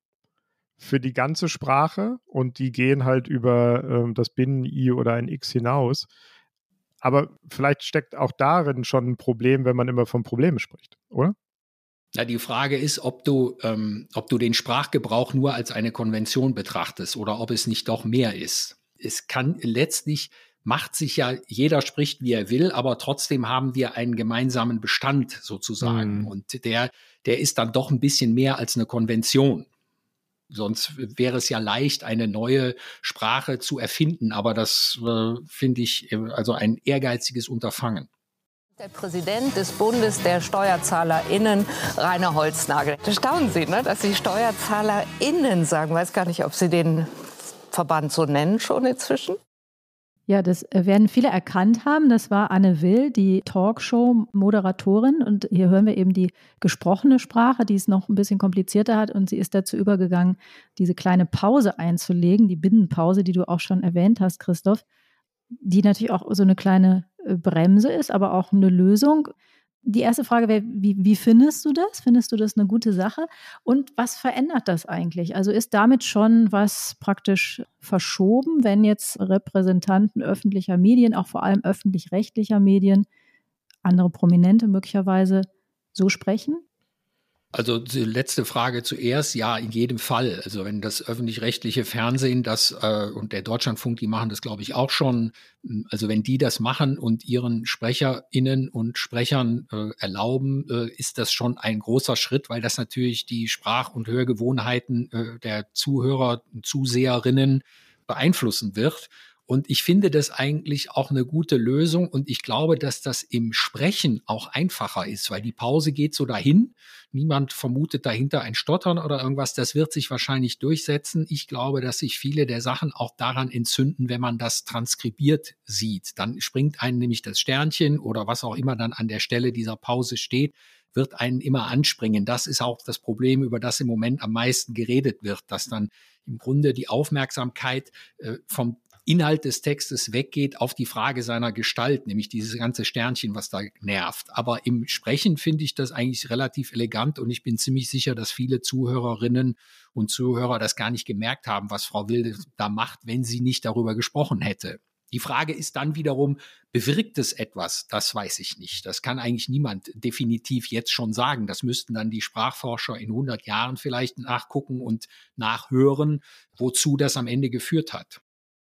für die ganze Sprache und die gehen halt über ähm, das Binnen-I oder ein X hinaus. Aber vielleicht steckt auch darin schon ein Problem, wenn man immer von Problemen spricht, oder? Ja, die Frage ist, ob du, ähm, ob du den Sprachgebrauch nur als eine Konvention betrachtest oder ob es nicht doch mehr ist. Es kann letztlich, macht sich ja, jeder spricht, wie er will, aber trotzdem haben wir einen gemeinsamen Bestand sozusagen. Mhm. Und der, der ist dann doch ein bisschen mehr als eine Konvention. Sonst wäre es ja leicht, eine neue Sprache zu erfinden. Aber das äh, finde ich äh, also ein ehrgeiziges Unterfangen. Der Präsident des Bundes der SteuerzahlerInnen, Rainer Holznagel. Da staunen Sie, ne, dass Sie SteuerzahlerInnen sagen. Ich weiß gar nicht, ob Sie den Verband so nennen schon inzwischen. Ja, das werden viele erkannt haben. Das war Anne Will, die Talkshow-Moderatorin. Und hier hören wir eben die gesprochene Sprache, die es noch ein bisschen komplizierter hat. Und sie ist dazu übergegangen, diese kleine Pause einzulegen, die Binnenpause, die du auch schon erwähnt hast, Christoph, die natürlich auch so eine kleine Bremse ist, aber auch eine Lösung. Die erste Frage wäre, wie, wie findest du das? Findest du das eine gute Sache? Und was verändert das eigentlich? Also ist damit schon was praktisch verschoben, wenn jetzt Repräsentanten öffentlicher Medien, auch vor allem öffentlich-rechtlicher Medien, andere Prominente möglicherweise so sprechen? Also die letzte Frage zuerst, ja, in jedem Fall. Also wenn das öffentlich-rechtliche Fernsehen das äh, und der Deutschlandfunk, die machen das, glaube ich, auch schon. Also wenn die das machen und ihren SprecherInnen und Sprechern äh, erlauben, äh, ist das schon ein großer Schritt, weil das natürlich die Sprach- und Hörgewohnheiten äh, der Zuhörer und Zuseherinnen beeinflussen wird. Und ich finde das eigentlich auch eine gute Lösung. Und ich glaube, dass das im Sprechen auch einfacher ist, weil die Pause geht so dahin. Niemand vermutet dahinter ein Stottern oder irgendwas. Das wird sich wahrscheinlich durchsetzen. Ich glaube, dass sich viele der Sachen auch daran entzünden, wenn man das transkribiert sieht. Dann springt einem nämlich das Sternchen oder was auch immer dann an der Stelle dieser Pause steht, wird einen immer anspringen. Das ist auch das Problem, über das im Moment am meisten geredet wird, dass dann im Grunde die Aufmerksamkeit äh, vom Inhalt des Textes weggeht auf die Frage seiner Gestalt, nämlich dieses ganze Sternchen, was da nervt. Aber im Sprechen finde ich das eigentlich relativ elegant und ich bin ziemlich sicher, dass viele Zuhörerinnen und Zuhörer das gar nicht gemerkt haben, was Frau Wilde da macht, wenn sie nicht darüber gesprochen hätte. Die Frage ist dann wiederum, bewirkt es etwas? Das weiß ich nicht. Das kann eigentlich niemand definitiv jetzt schon sagen. Das müssten dann die Sprachforscher in hundert Jahren vielleicht nachgucken und nachhören, wozu das am Ende geführt hat.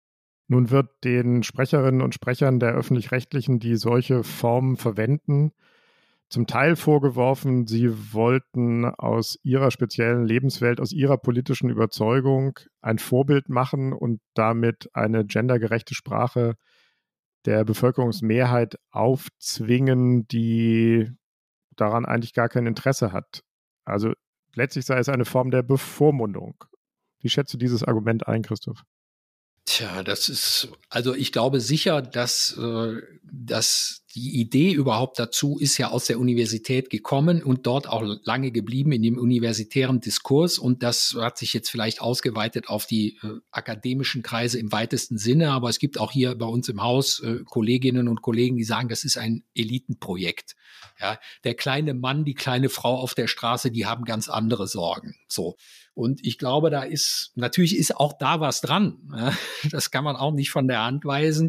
Nun wird den Sprecherinnen und Sprechern der Öffentlich-Rechtlichen, die solche Formen verwenden, zum Teil vorgeworfen, sie wollten aus ihrer speziellen Lebenswelt, aus ihrer politischen Überzeugung ein Vorbild machen und damit eine gendergerechte Sprache der Bevölkerungsmehrheit aufzwingen, die daran eigentlich gar kein Interesse hat. Also letztlich sei es eine Form der Bevormundung. Wie schätzt du dieses Argument ein, Christoph? Tja, das ist, also ich glaube sicher, dass, äh, dass die Idee überhaupt dazu ist ja aus der Universität gekommen und dort auch lange geblieben in dem universitären Diskurs. Und das hat sich jetzt vielleicht ausgeweitet auf die äh, akademischen Kreise im weitesten Sinne. Aber es gibt auch hier bei uns im Haus äh, Kolleginnen und Kollegen, die sagen, das ist ein Elitenprojekt. Ja, der kleine Mann, die kleine Frau auf der Straße, die haben ganz andere Sorgen. So. Und ich glaube, da ist, natürlich ist auch da was dran. Das kann man auch nicht von der Hand weisen.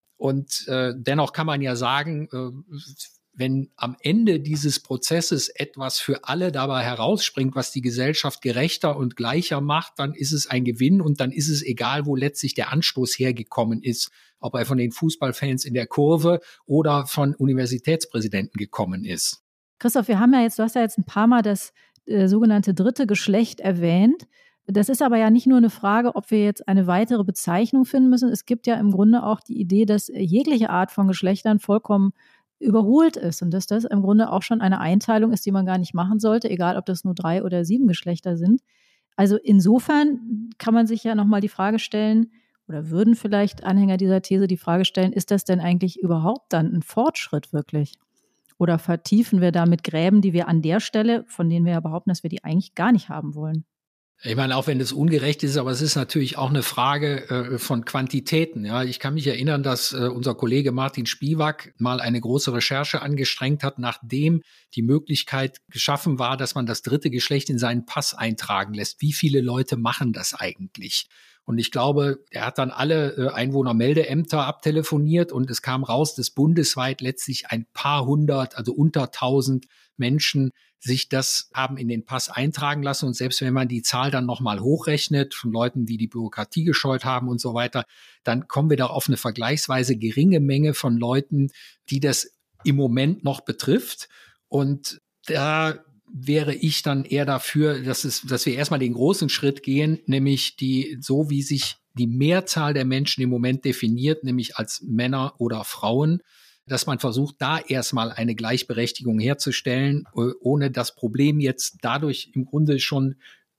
Und äh, dennoch kann man ja sagen, äh, wenn am Ende dieses Prozesses etwas für alle dabei herausspringt, was die Gesellschaft gerechter und gleicher macht, dann ist es ein Gewinn und dann ist es egal, wo letztlich der Anstoß hergekommen ist, ob er von den Fußballfans in der Kurve oder von Universitätspräsidenten gekommen ist. Christoph, wir haben ja jetzt, du hast ja jetzt ein paar Mal das äh, sogenannte dritte Geschlecht erwähnt. Das ist aber ja nicht nur eine Frage, ob wir jetzt eine weitere Bezeichnung finden müssen. Es gibt ja im Grunde auch die Idee, dass jegliche Art von Geschlechtern vollkommen überholt ist und dass das im Grunde auch schon eine Einteilung ist, die man gar nicht machen sollte, egal ob das nur drei oder sieben Geschlechter sind. Also insofern kann man sich ja nochmal die Frage stellen, oder würden vielleicht Anhänger dieser These die Frage stellen, ist das denn eigentlich überhaupt dann ein Fortschritt wirklich? Oder vertiefen wir damit Gräben, die wir an der Stelle, von denen wir ja behaupten, dass wir die eigentlich gar nicht haben wollen? Ich meine, auch wenn das ungerecht ist, aber es ist natürlich auch eine Frage äh, von Quantitäten. Ja, ich kann mich erinnern, dass äh, unser Kollege Martin Spivak mal eine große Recherche angestrengt hat, nachdem die Möglichkeit geschaffen war, dass man das dritte Geschlecht in seinen Pass eintragen lässt. Wie viele Leute machen das eigentlich? Und ich glaube, er hat dann alle äh, Einwohnermeldeämter abtelefoniert und es kam raus, dass bundesweit letztlich ein paar hundert, also unter tausend Menschen sich das haben in den Pass eintragen lassen. Und selbst wenn man die Zahl dann nochmal hochrechnet von Leuten, die die Bürokratie gescheut haben und so weiter, dann kommen wir da auf eine vergleichsweise geringe Menge von Leuten, die das im Moment noch betrifft. Und da wäre ich dann eher dafür, dass es, dass wir erstmal den großen Schritt gehen, nämlich die, so wie sich die Mehrzahl der Menschen im Moment definiert, nämlich als Männer oder Frauen, dass man versucht, da erstmal eine Gleichberechtigung herzustellen, ohne das Problem jetzt dadurch im Grunde schon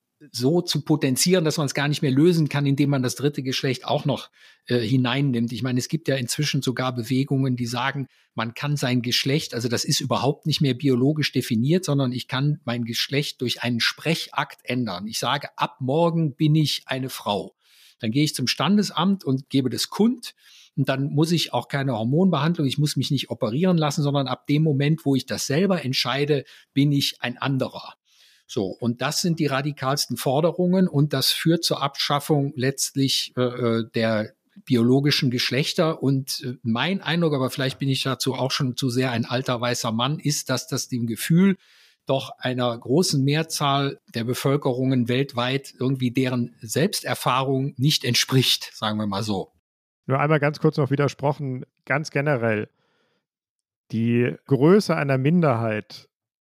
so zu potenzieren, dass man es gar nicht mehr lösen kann, indem man das dritte Geschlecht auch noch äh, hineinnimmt. Ich meine, es gibt ja inzwischen sogar Bewegungen, die sagen, man kann sein Geschlecht, also das ist überhaupt nicht mehr biologisch definiert, sondern ich kann mein Geschlecht durch einen Sprechakt ändern. Ich sage, ab morgen bin ich eine Frau. Dann gehe ich zum Standesamt und gebe das kund. Und dann muss ich auch keine Hormonbehandlung, ich muss mich nicht operieren lassen, sondern ab dem Moment, wo ich das selber entscheide, bin ich ein anderer. So, und das sind die radikalsten Forderungen und das führt zur Abschaffung letztlich äh, der biologischen Geschlechter. Und äh, mein Eindruck, aber vielleicht bin ich dazu auch schon zu sehr ein alter weißer Mann, ist, dass das dem Gefühl doch einer großen Mehrzahl der Bevölkerungen weltweit irgendwie deren Selbsterfahrung nicht entspricht, sagen wir mal so. Nur einmal ganz kurz noch widersprochen, ganz generell. Die Größe einer Minderheit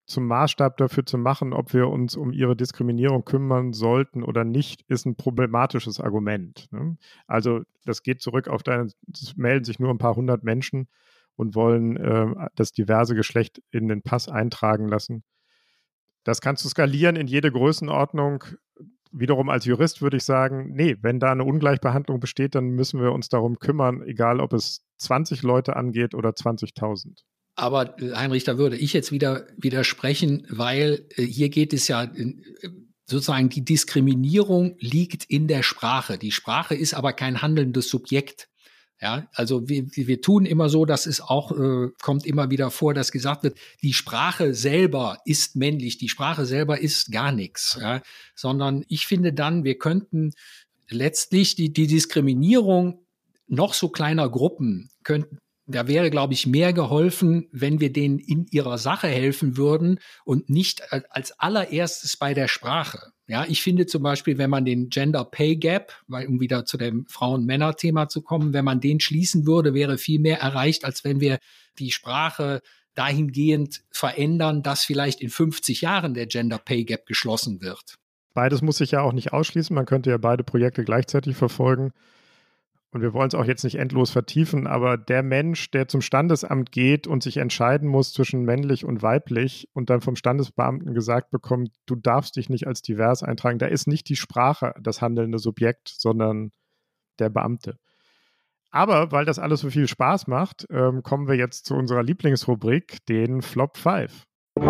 zum Maßstab dafür zu machen, ob wir uns um ihre Diskriminierung kümmern sollten oder nicht, ist ein problematisches Argument. Ne? Also das geht zurück auf deine, es melden sich nur ein paar hundert Menschen und wollen äh, das diverse Geschlecht in den Pass eintragen lassen. Das kannst du skalieren in jede Größenordnung. Wiederum als Jurist würde ich sagen, nee, wenn da eine Ungleichbehandlung besteht, dann müssen wir uns darum kümmern, egal ob es zwanzig Leute angeht oder zwanzigtausend. Aber Heinrich, da würde ich jetzt wieder widersprechen, weil äh, hier geht es ja äh, sozusagen, die Diskriminierung liegt in der Sprache. Die Sprache ist aber kein handelndes Subjekt. Ja, also wir, wir tun immer so, dass es auch, äh, kommt immer wieder vor, dass gesagt wird, die Sprache selber ist männlich, die Sprache selber ist gar nichts, ja, sondern ich finde dann, wir könnten letztlich die, die Diskriminierung noch so kleiner Gruppen könnten, da wäre, glaube ich, mehr geholfen, wenn wir denen in ihrer Sache helfen würden und nicht als allererstes bei der Sprache. Ja, ich finde zum Beispiel, wenn man den Gender Pay Gap, weil, um wieder zu dem Frauen-Männer-Thema zu kommen, wenn man den schließen würde, wäre viel mehr erreicht, als wenn wir die Sprache dahingehend verändern, dass vielleicht in fünfzig Jahren der Gender Pay Gap geschlossen wird. Beides muss sich ja auch nicht ausschließen. Man könnte ja beide Projekte gleichzeitig verfolgen. Und wir wollen es auch jetzt nicht endlos vertiefen, aber der Mensch, der zum Standesamt geht und sich entscheiden muss zwischen männlich und weiblich und dann vom Standesbeamten gesagt bekommt, du darfst dich nicht als divers eintragen, da ist nicht die Sprache das handelnde Subjekt, sondern der Beamte. Aber weil das alles so viel Spaß macht, ähm, kommen wir jetzt zu unserer Lieblingsrubrik, den Flop fünf.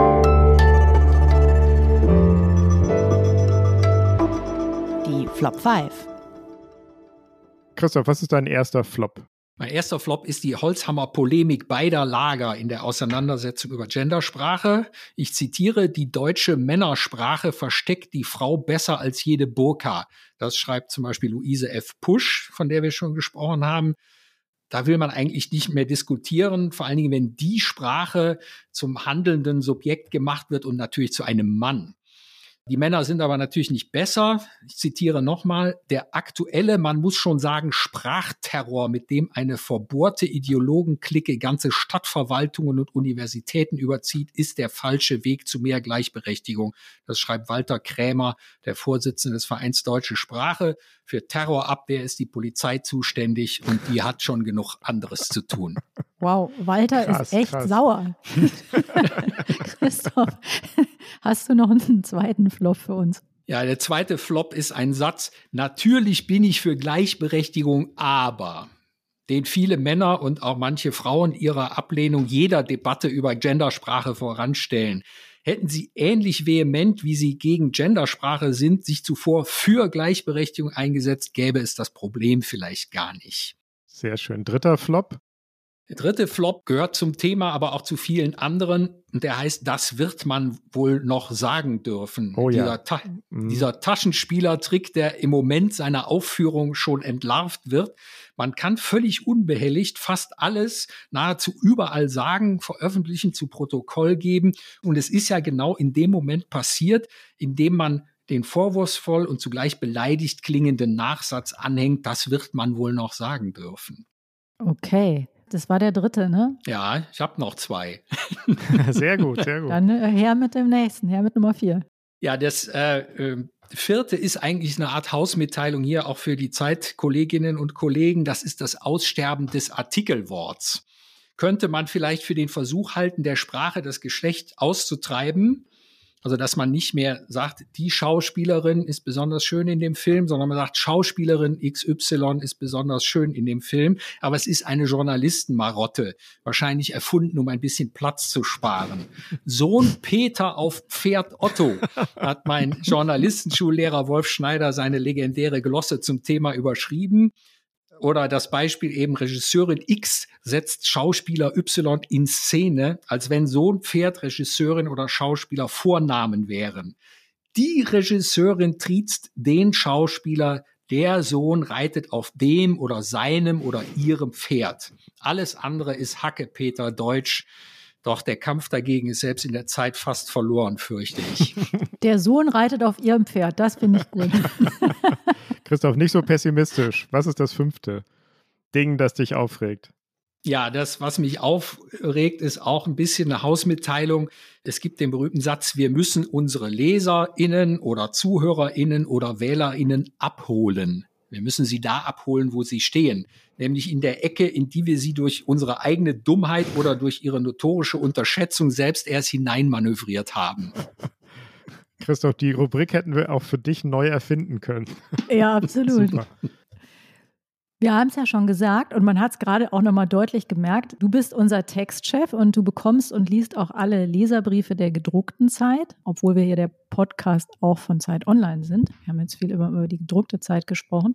Die Flop fünf. Christoph, was ist dein erster Flop? Mein erster Flop ist die Holzhammer-Polemik beider Lager in der Auseinandersetzung über Gendersprache. Ich zitiere, die deutsche Männersprache versteckt die Frau besser als jede Burka. Das schreibt zum Beispiel Luise F. Pusch, von der wir schon gesprochen haben. Da will man eigentlich nicht mehr diskutieren, vor allen Dingen, wenn die Sprache zum handelnden Subjekt gemacht wird und natürlich zu einem Mann. Die Männer sind aber natürlich nicht besser. Ich zitiere nochmal, der aktuelle, man muss schon sagen, Sprachterror, mit dem eine verbohrte Ideologenklicke ganze Stadtverwaltungen und Universitäten überzieht, ist der falsche Weg zu mehr Gleichberechtigung. Das schreibt Walter Krämer, der Vorsitzende des Vereins Deutsche Sprache. Für Terrorabwehr ist die Polizei zuständig und die hat schon genug anderes zu tun. Wow, Walter krass, ist echt krass. Sauer. Christoph, hast du noch einen zweiten Flop für uns? Ja, der zweite Flop ist ein Satz, natürlich bin ich für Gleichberechtigung, aber den viele Männer und auch manche Frauen ihrer Ablehnung jeder Debatte über Gendersprache voranstellen. Hätten sie ähnlich vehement, wie sie gegen Gendersprache sind, sich zuvor für Gleichberechtigung eingesetzt, gäbe es das Problem vielleicht gar nicht. Sehr schön. Dritter Flop? Der dritte Flop gehört zum Thema, aber auch zu vielen anderen. Und der heißt, das wird man wohl noch sagen dürfen. Oh ja. Dieser, Ta- mhm. dieser Taschenspielertrick, der im Moment seiner Aufführung schon entlarvt wird. Man kann völlig unbehelligt fast alles nahezu überall sagen, veröffentlichen, zu Protokoll geben. Und es ist ja genau in dem Moment passiert, in dem man den vorwurfsvoll und zugleich beleidigt klingenden Nachsatz anhängt, das wird man wohl noch sagen dürfen. Okay. Das war der dritte, ne? Ja, ich habe noch zwei. Sehr gut, sehr gut. Dann äh, her mit dem nächsten, her mit Nummer vier. Ja, das äh, äh, vierte ist eigentlich eine Art Hausmitteilung hier auch für die Zeitkolleginnen und Kollegen. Das ist das Aussterben des Artikelworts. Könnte man vielleicht für den Versuch halten, der Sprache das Geschlecht auszutreiben? Also, dass man nicht mehr sagt, die Schauspielerin ist besonders schön in dem Film, sondern man sagt, Schauspielerin X Y ist besonders schön in dem Film. Aber es ist eine Journalistenmarotte, wahrscheinlich erfunden, um ein bisschen Platz zu sparen. Sohn Peter auf Pferd Otto, hat mein Journalistenschullehrer Wolf Schneider seine legendäre Glosse zum Thema überschrieben. Oder das Beispiel eben, Regisseurin X setzt Schauspieler Y in Szene, als wenn Sohn, Pferd, Regisseurin oder Schauspieler Vornamen wären. Die Regisseurin triezt den Schauspieler, der Sohn reitet auf dem oder seinem oder ihrem Pferd. Alles andere ist Hackepeter Deutsch. Doch der Kampf dagegen ist selbst in der Zeit fast verloren, fürchte ich. Der Sohn reitet auf ihrem Pferd, das finde ich gut. Christoph, nicht so pessimistisch. Was ist das fünfte Ding, das dich aufregt? Ja, das, was mich aufregt, ist auch ein bisschen eine Hausmitteilung. Es gibt den berühmten Satz, wir müssen unsere LeserInnen oder ZuhörerInnen oder WählerInnen abholen. Wir müssen sie da abholen, wo sie stehen. Nämlich in der Ecke, in die wir sie durch unsere eigene Dummheit oder durch ihre notorische Unterschätzung selbst erst hineinmanövriert haben. Christoph, die Rubrik hätten wir auch für dich neu erfinden können. Ja, absolut. Super. Wir haben es ja schon gesagt und man hat es gerade auch nochmal deutlich gemerkt, du bist unser Textchef und du bekommst und liest auch alle Leserbriefe der gedruckten Zeit, obwohl wir hier der Podcast auch von Zeit Online sind. Wir haben jetzt viel über, über die gedruckte Zeit gesprochen.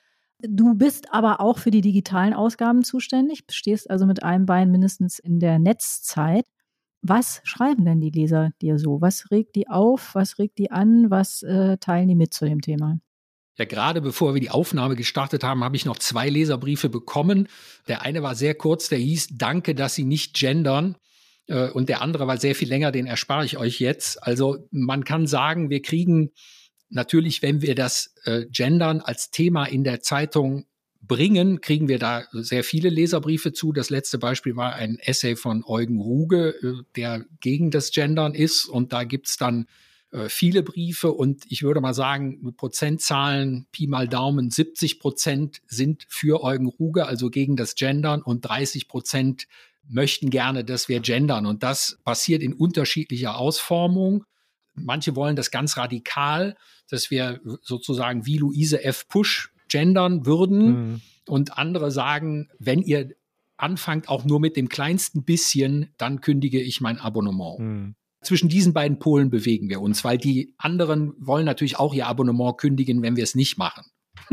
Du bist aber auch für die digitalen Ausgaben zuständig, stehst also mit einem Bein mindestens in der Netzzeit. Was schreiben denn die Leser dir so? Was regt die auf? Was regt die an? Was äh, teilen die mit zu dem Thema? Ja, gerade bevor wir die Aufnahme gestartet haben, habe ich noch zwei Leserbriefe bekommen. Der eine war sehr kurz, der hieß, danke, dass Sie nicht gendern. Und der andere war sehr viel länger, den erspare ich euch jetzt. Also man kann sagen, wir kriegen natürlich, wenn wir das äh, Gendern als Thema in der Zeitung bringen, kriegen wir da sehr viele Leserbriefe zu. Das letzte Beispiel war ein Essay von Eugen Ruge, äh, der gegen das Gendern ist. Und da gibt's dann viele Briefe und ich würde mal sagen, Prozentzahlen, Pi mal Daumen, siebzig Prozent sind für Eugen Ruge, also gegen das Gendern und dreißig Prozent möchten gerne, dass wir gendern. Und das passiert in unterschiedlicher Ausformung. Manche wollen das ganz radikal, dass wir sozusagen wie Luise F. Pusch gendern würden. Mhm. Und andere sagen, wenn ihr anfangt auch nur mit dem kleinsten bisschen, dann kündige ich mein Abonnement. Mhm. Zwischen diesen beiden Polen bewegen wir uns, weil die anderen wollen natürlich auch ihr Abonnement kündigen, wenn wir es nicht machen.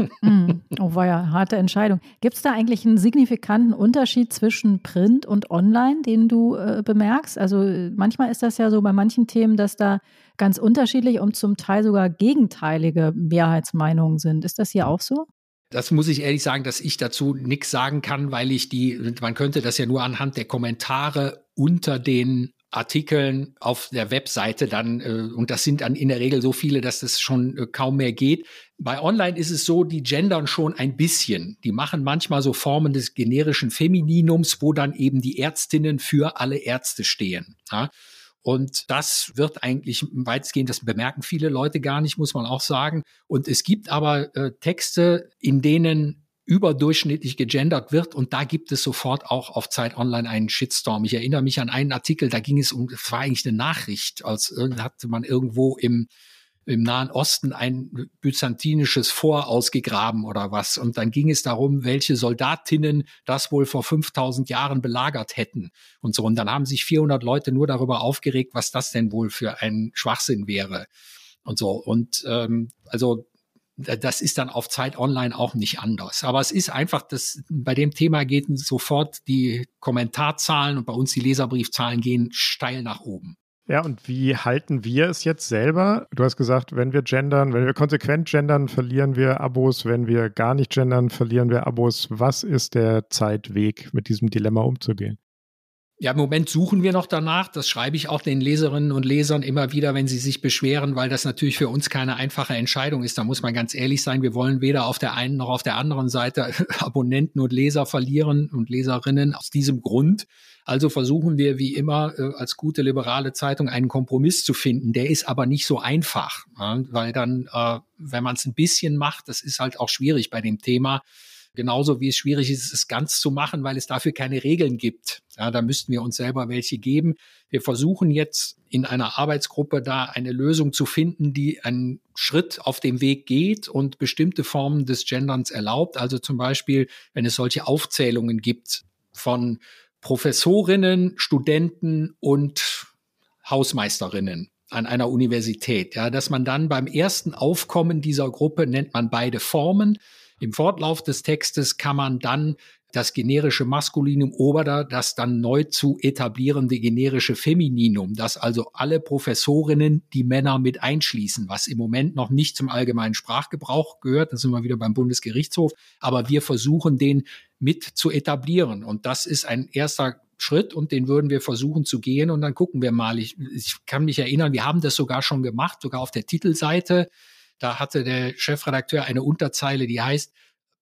Mm, oh, war ja harte Entscheidung. Gibt es da eigentlich einen signifikanten Unterschied zwischen Print und Online, den du äh, bemerkst? Also manchmal ist das ja so bei manchen Themen, dass da ganz unterschiedlich und zum Teil sogar gegenteilige Mehrheitsmeinungen sind. Ist das hier auch so? Das muss ich ehrlich sagen, dass ich dazu nichts sagen kann, weil ich die, man könnte das ja nur anhand der Kommentare unter den Artikeln auf der Webseite dann, äh, und das sind dann in der Regel so viele, dass das schon äh, kaum mehr geht. Bei Online ist es so, die gendern schon ein bisschen. Die machen manchmal so Formen des generischen Femininums, wo dann eben die Ärztinnen für alle Ärzte stehen. Ja? Und das wird eigentlich weitestgehend, das bemerken viele Leute gar nicht, muss man auch sagen. Und es gibt aber äh, Texte, in denen überdurchschnittlich gegendert wird und da gibt es sofort auch auf Zeit Online einen Shitstorm. Ich erinnere mich an einen Artikel, da ging es um, das war eigentlich eine Nachricht, als hatte man irgendwo im, im Nahen Osten ein byzantinisches Fort ausgegraben oder was und dann ging es darum, welche Soldatinnen das wohl vor fünftausend Jahren belagert hätten und so und dann haben sich vierhundert Leute nur darüber aufgeregt, was das denn wohl für ein Schwachsinn wäre und so und ähm, also das ist dann auf Zeit Online auch nicht anders. Aber es ist einfach, dass bei dem Thema geht sofort die Kommentarzahlen und bei uns die Leserbriefzahlen gehen steil nach oben. Ja, und wie halten wir es jetzt selber? Du hast gesagt, wenn wir gendern, wenn wir konsequent gendern, verlieren wir Abos. Wenn wir gar nicht gendern, verlieren wir Abos. Was ist der Zeitweg, mit diesem Dilemma umzugehen? Ja, im Moment suchen wir noch danach. Das schreibe ich auch den Leserinnen und Lesern immer wieder, wenn sie sich beschweren, weil das natürlich für uns keine einfache Entscheidung ist. Da muss man ganz ehrlich sein, wir wollen weder auf der einen noch auf der anderen Seite Abonnenten und Leser verlieren und Leserinnen aus diesem Grund. Also versuchen wir wie immer als gute liberale Zeitung einen Kompromiss zu finden. Der ist aber nicht so einfach, weil dann, wenn man es ein bisschen macht, das ist halt auch schwierig bei dem Thema, genauso wie es schwierig ist, es ganz zu machen, weil es dafür keine Regeln gibt. Ja, da müssten wir uns selber welche geben. Wir versuchen jetzt in einer Arbeitsgruppe da eine Lösung zu finden, die einen Schritt auf dem Weg geht und bestimmte Formen des Genderns erlaubt. Also zum Beispiel, wenn es solche Aufzählungen gibt von Professorinnen, Studenten und Hausmeisterinnen an einer Universität, ja, dass man dann beim ersten Aufkommen dieser Gruppe nennt man beide Formen. Im Fortlauf des Textes kann man dann das generische Maskulinum oder das dann neu zu etablierende generische Femininum, das also alle Professorinnen die Männer mit einschließen, was im Moment noch nicht zum allgemeinen Sprachgebrauch gehört. Da sind wir wieder beim Bundesgerichtshof. Aber wir versuchen, den mit zu etablieren. Und das ist ein erster Schritt und den würden wir versuchen zu gehen. Und dann gucken wir mal. Ich, ich kann mich erinnern, wir haben das sogar schon gemacht, sogar auf der Titelseite. Da hatte der Chefredakteur eine Unterzeile, die heißt,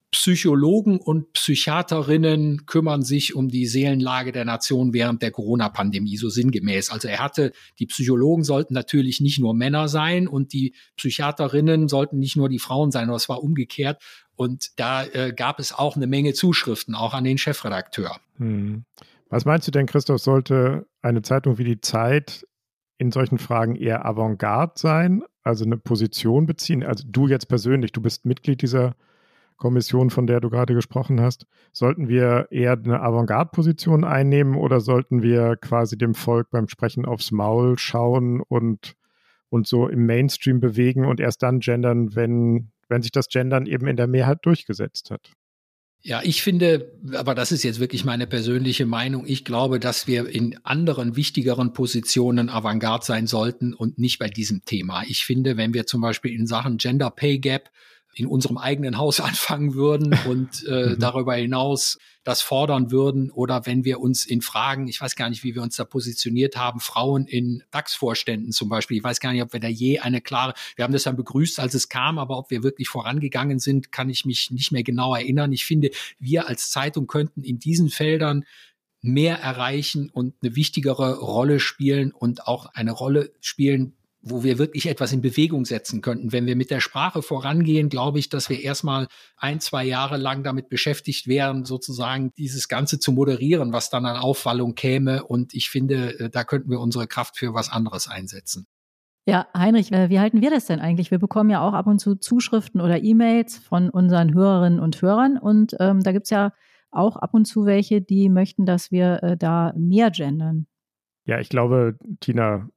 Psychologen und Psychiaterinnen kümmern sich um die Seelenlage der Nation während der Corona-Pandemie, so sinngemäß. Also er hatte, die Psychologen sollten natürlich nicht nur Männer sein und die Psychiaterinnen sollten nicht nur die Frauen sein, aber es war umgekehrt. Und da äh, gab es auch eine Menge Zuschriften, auch an den Chefredakteur. Hm. Was meinst du denn, Christoph, sollte eine Zeitung wie die Zeit in solchen Fragen eher Avantgarde sein, also eine Position beziehen? Also du jetzt persönlich, du bist Mitglied dieser Kommission, von der du gerade gesprochen hast. Sollten wir eher eine Avantgarde-Position einnehmen oder sollten wir quasi dem Volk beim Sprechen aufs Maul schauen und, und so im Mainstream bewegen und erst dann gendern, wenn, wenn sich das Gendern eben in der Mehrheit durchgesetzt hat? Ja, ich finde, aber das ist jetzt wirklich meine persönliche Meinung, ich glaube, dass wir in anderen, wichtigeren Positionen Avantgarde sein sollten und nicht bei diesem Thema. Ich finde, wenn wir zum Beispiel in Sachen Gender Pay Gap in unserem eigenen Haus anfangen würden und äh, mhm. darüber hinaus das fordern würden oder wenn wir uns in Fragen, ich weiß gar nicht, wie wir uns da positioniert haben, Frauen in DAX-Vorständen zum Beispiel, ich weiß gar nicht, ob wir da je eine klare, wir haben das dann begrüßt, als es kam, aber ob wir wirklich vorangegangen sind, kann ich mich nicht mehr genau erinnern. Ich finde, wir als Zeitung könnten in diesen Feldern mehr erreichen und eine wichtigere Rolle spielen und auch eine Rolle spielen, wo wir wirklich etwas in Bewegung setzen könnten. Wenn wir mit der Sprache vorangehen, glaube ich, dass wir erstmal ein, zwei Jahre lang damit beschäftigt wären, sozusagen dieses Ganze zu moderieren, was dann an Aufwallung käme. Und ich finde, da könnten wir unsere Kraft für was anderes einsetzen. Ja, Heinrich, wie halten wir das denn eigentlich? Wir bekommen ja auch ab und zu Zuschriften oder E-Mails von unseren Hörerinnen und Hörern. Und ähm, da gibt's ja auch ab und zu welche, die möchten, dass wir äh, da mehr gendern. Ja, ich glaube, Tina,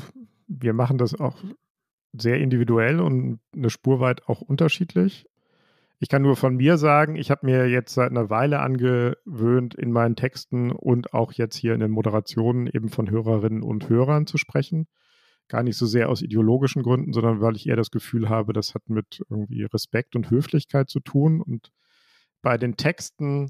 wir machen das auch sehr individuell und eine Spur weit auch unterschiedlich. Ich kann nur von mir sagen, ich habe mir jetzt seit einer Weile angewöhnt, in meinen Texten und auch jetzt hier in den Moderationen eben von Hörerinnen und Hörern zu sprechen. Gar nicht so sehr aus ideologischen Gründen, sondern weil ich eher das Gefühl habe, das hat mit irgendwie Respekt und Höflichkeit zu tun. Und bei den Texten,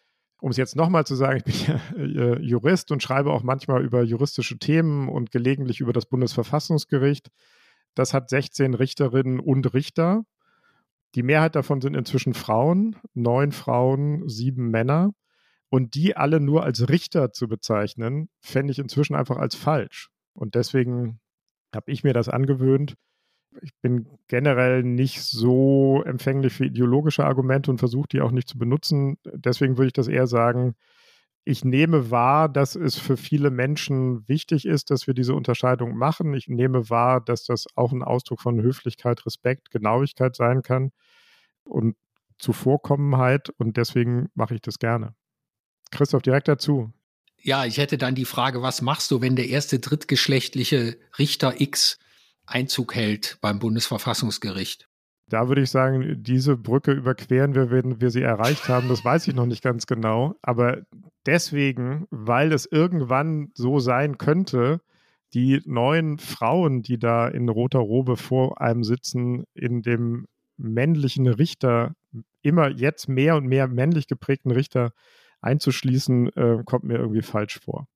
um es jetzt nochmal zu sagen, ich bin ja äh, Jurist und schreibe auch manchmal über juristische Themen und gelegentlich über das Bundesverfassungsgericht. Das hat sechzehn Richterinnen und Richter. Die Mehrheit davon sind inzwischen Frauen, neun Frauen, sieben Männer. Und die alle nur als Richter zu bezeichnen, fände ich inzwischen einfach als falsch. Und deswegen habe ich mir das angewöhnt. Ich bin generell nicht so empfänglich für ideologische Argumente und versuche die auch nicht zu benutzen. Deswegen würde ich das eher sagen, ich nehme wahr, dass es für viele Menschen wichtig ist, dass wir diese Unterscheidung machen. Ich nehme wahr, dass das auch ein Ausdruck von Höflichkeit, Respekt, Genauigkeit sein kann und Zuvorkommenheit. Und deswegen mache ich das gerne. Christoph, direkt dazu. Ja, ich hätte dann die Frage, was machst du, wenn der erste drittgeschlechtliche Richter X Einzug hält beim Bundesverfassungsgericht? Da würde ich sagen, diese Brücke überqueren wir, wenn wir sie erreicht haben. Das weiß ich noch nicht ganz genau. Aber deswegen, weil es irgendwann so sein könnte, die neuen Frauen, die da in roter Robe vor einem sitzen, in dem männlichen Richter, immer jetzt mehr und mehr männlich geprägten Richter einzuschließen, äh, kommt mir irgendwie falsch vor.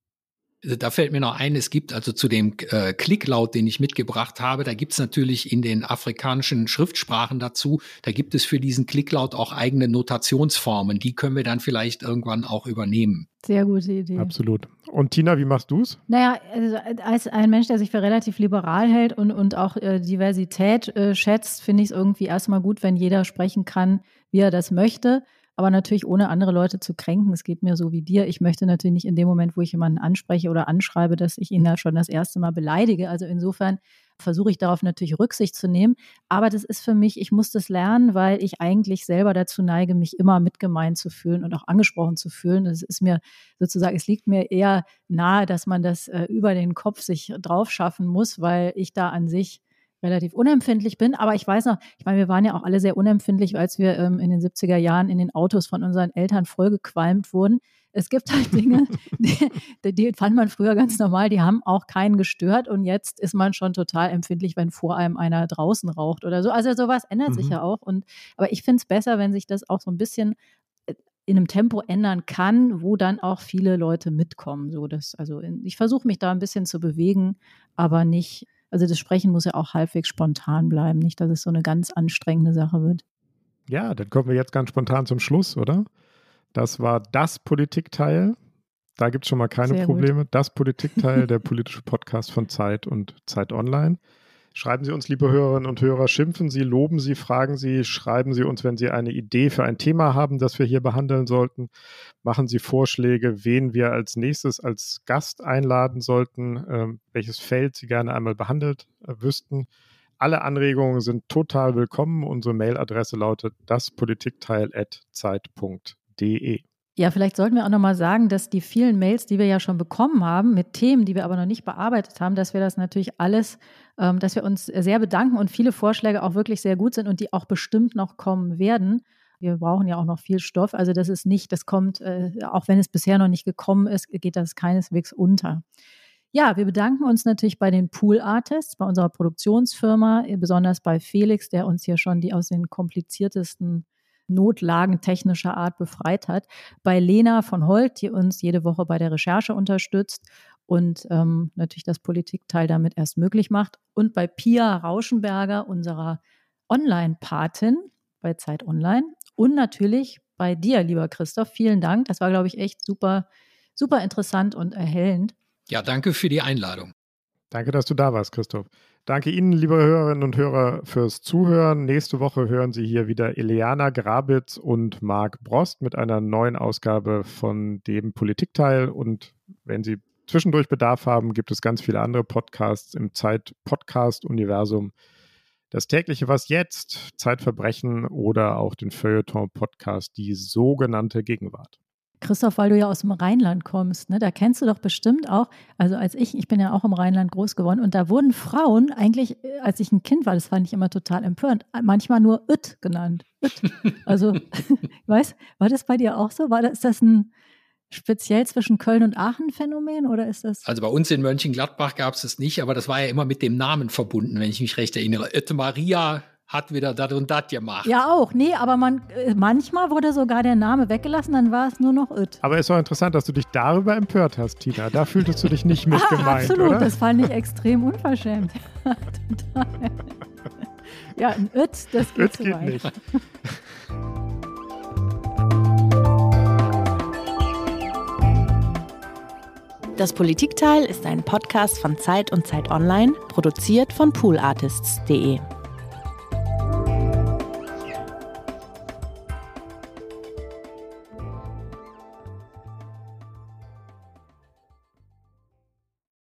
Da fällt mir noch ein, es gibt also zu dem äh, Klicklaut, den ich mitgebracht habe, da gibt es natürlich in den afrikanischen Schriftsprachen dazu, da gibt es für diesen Klicklaut auch eigene Notationsformen. Die können wir dann vielleicht irgendwann auch übernehmen. Sehr gute Idee. Absolut. Und Tina, wie machst du es? Naja, also als ein Mensch, der sich für relativ liberal hält und, und auch äh, Diversität äh, schätzt, finde ich es irgendwie erstmal gut, wenn jeder sprechen kann, wie er das möchte. Aber natürlich ohne andere Leute zu kränken. Es geht mir so wie dir. Ich möchte natürlich nicht in dem Moment, wo ich jemanden anspreche oder anschreibe, dass ich ihn da schon das erste Mal beleidige. Also insofern versuche ich darauf natürlich Rücksicht zu nehmen. Aber das ist für mich, ich muss das lernen, weil ich eigentlich selber dazu neige, mich immer mitgemeint zu fühlen und auch angesprochen zu fühlen. Das ist mir sozusagen, es liegt mir eher nahe, dass man das äh, über den Kopf sich drauf schaffen muss, weil ich da an sich relativ unempfindlich bin, aber ich weiß noch, ich meine, wir waren ja auch alle sehr unempfindlich, als wir ähm, in den siebziger Jahren in den Autos von unseren Eltern vollgequalmt wurden. Es gibt halt Dinge, die, die fand man früher ganz normal, die haben auch keinen gestört und jetzt ist man schon total empfindlich, wenn vor einem einer draußen raucht oder so. Also sowas ändert mhm. sich ja auch. Und, aber ich finde es besser, wenn sich das auch so ein bisschen in einem Tempo ändern kann, wo dann auch viele Leute mitkommen. So, das, also in, ich versuche mich da ein bisschen zu bewegen, aber nicht. Also das Sprechen muss ja auch halbwegs spontan bleiben, nicht, dass es so eine ganz anstrengende Sache wird. Ja, dann kommen wir jetzt ganz spontan zum Schluss, oder? Das war das Politikteil. Da gibt es schon mal keine Sehr Probleme. gut. Das Politikteil, der politische Podcast von Zeit und Zeit Online. Schreiben Sie uns, liebe Hörerinnen und Hörer, schimpfen Sie, loben Sie, fragen Sie, schreiben Sie uns, wenn Sie eine Idee für ein Thema haben, das wir hier behandeln sollten. Machen Sie Vorschläge, wen wir als nächstes als Gast einladen sollten, äh, welches Feld Sie gerne einmal behandelt äh, wüssten. Alle Anregungen sind total willkommen. Unsere Mailadresse lautet daspolitikteil at zeit punkt de. Ja, vielleicht sollten wir auch nochmal sagen, dass die vielen Mails, die wir ja schon bekommen haben, mit Themen, die wir aber noch nicht bearbeitet haben, dass wir das natürlich alles, ähm, dass wir uns sehr bedanken und viele Vorschläge auch wirklich sehr gut sind und die auch bestimmt noch kommen werden. Wir brauchen ja auch noch viel Stoff. Also das ist nicht, das kommt, äh, auch wenn es bisher noch nicht gekommen ist, geht das keineswegs unter. Ja, wir bedanken uns natürlich bei den Pool Artists, bei unserer Produktionsfirma, besonders bei Felix, der uns hier schon die aus den kompliziertesten Notlagen technischer Art befreit hat. Bei Lena von Holt, die uns jede Woche bei der Recherche unterstützt und ähm, natürlich das Politikteil damit erst möglich macht. Und bei Pia Rauschenberger, unserer Online-Patin bei Zeit Online. Und natürlich bei dir, lieber Christoph. Vielen Dank. Das war, glaube ich, echt super, super interessant und erhellend. Ja, danke für die Einladung. Danke, dass du da warst, Christoph. Danke Ihnen, liebe Hörerinnen und Hörer, fürs Zuhören. Nächste Woche hören Sie hier wieder Ileana Grabitz und Marc Brost mit einer neuen Ausgabe von dem Politikteil. Und wenn Sie zwischendurch Bedarf haben, gibt es ganz viele andere Podcasts im Zeit-Podcast-Universum. Das tägliche Was Jetzt, Zeitverbrechen oder auch den Feuilleton-Podcast, die sogenannte Gegenwart. Christoph, weil du ja aus dem Rheinland kommst, ne, da kennst du doch bestimmt auch, also als ich, ich bin ja auch im Rheinland groß geworden und da wurden Frauen eigentlich, als ich ein Kind war, das fand ich immer total empörend, manchmal nur Üt genannt. Üt. Also, ich weiß, war das bei dir auch so? War das, ist das ein speziell zwischen Köln und Aachen Phänomen oder ist das? Also bei uns in Mönchengladbach gab es das nicht, aber das war ja immer mit dem Namen verbunden, wenn ich mich recht erinnere. Ötte Maria hat wieder das und das gemacht. Ja auch, nee, aber man, manchmal wurde sogar der Name weggelassen, dann war es nur noch Öt. Aber es ist auch interessant, dass du dich darüber empört hast, Tina. Da fühltest du dich nicht mit ah, gemeint, absolut, oder? Das fand ich extrem unverschämt. Total. Ja, ein Öt, das geht Öt zu geht weit. nicht. Das Politikteil ist ein Podcast von Zeit und Zeit Online, produziert von pool artists punkt de.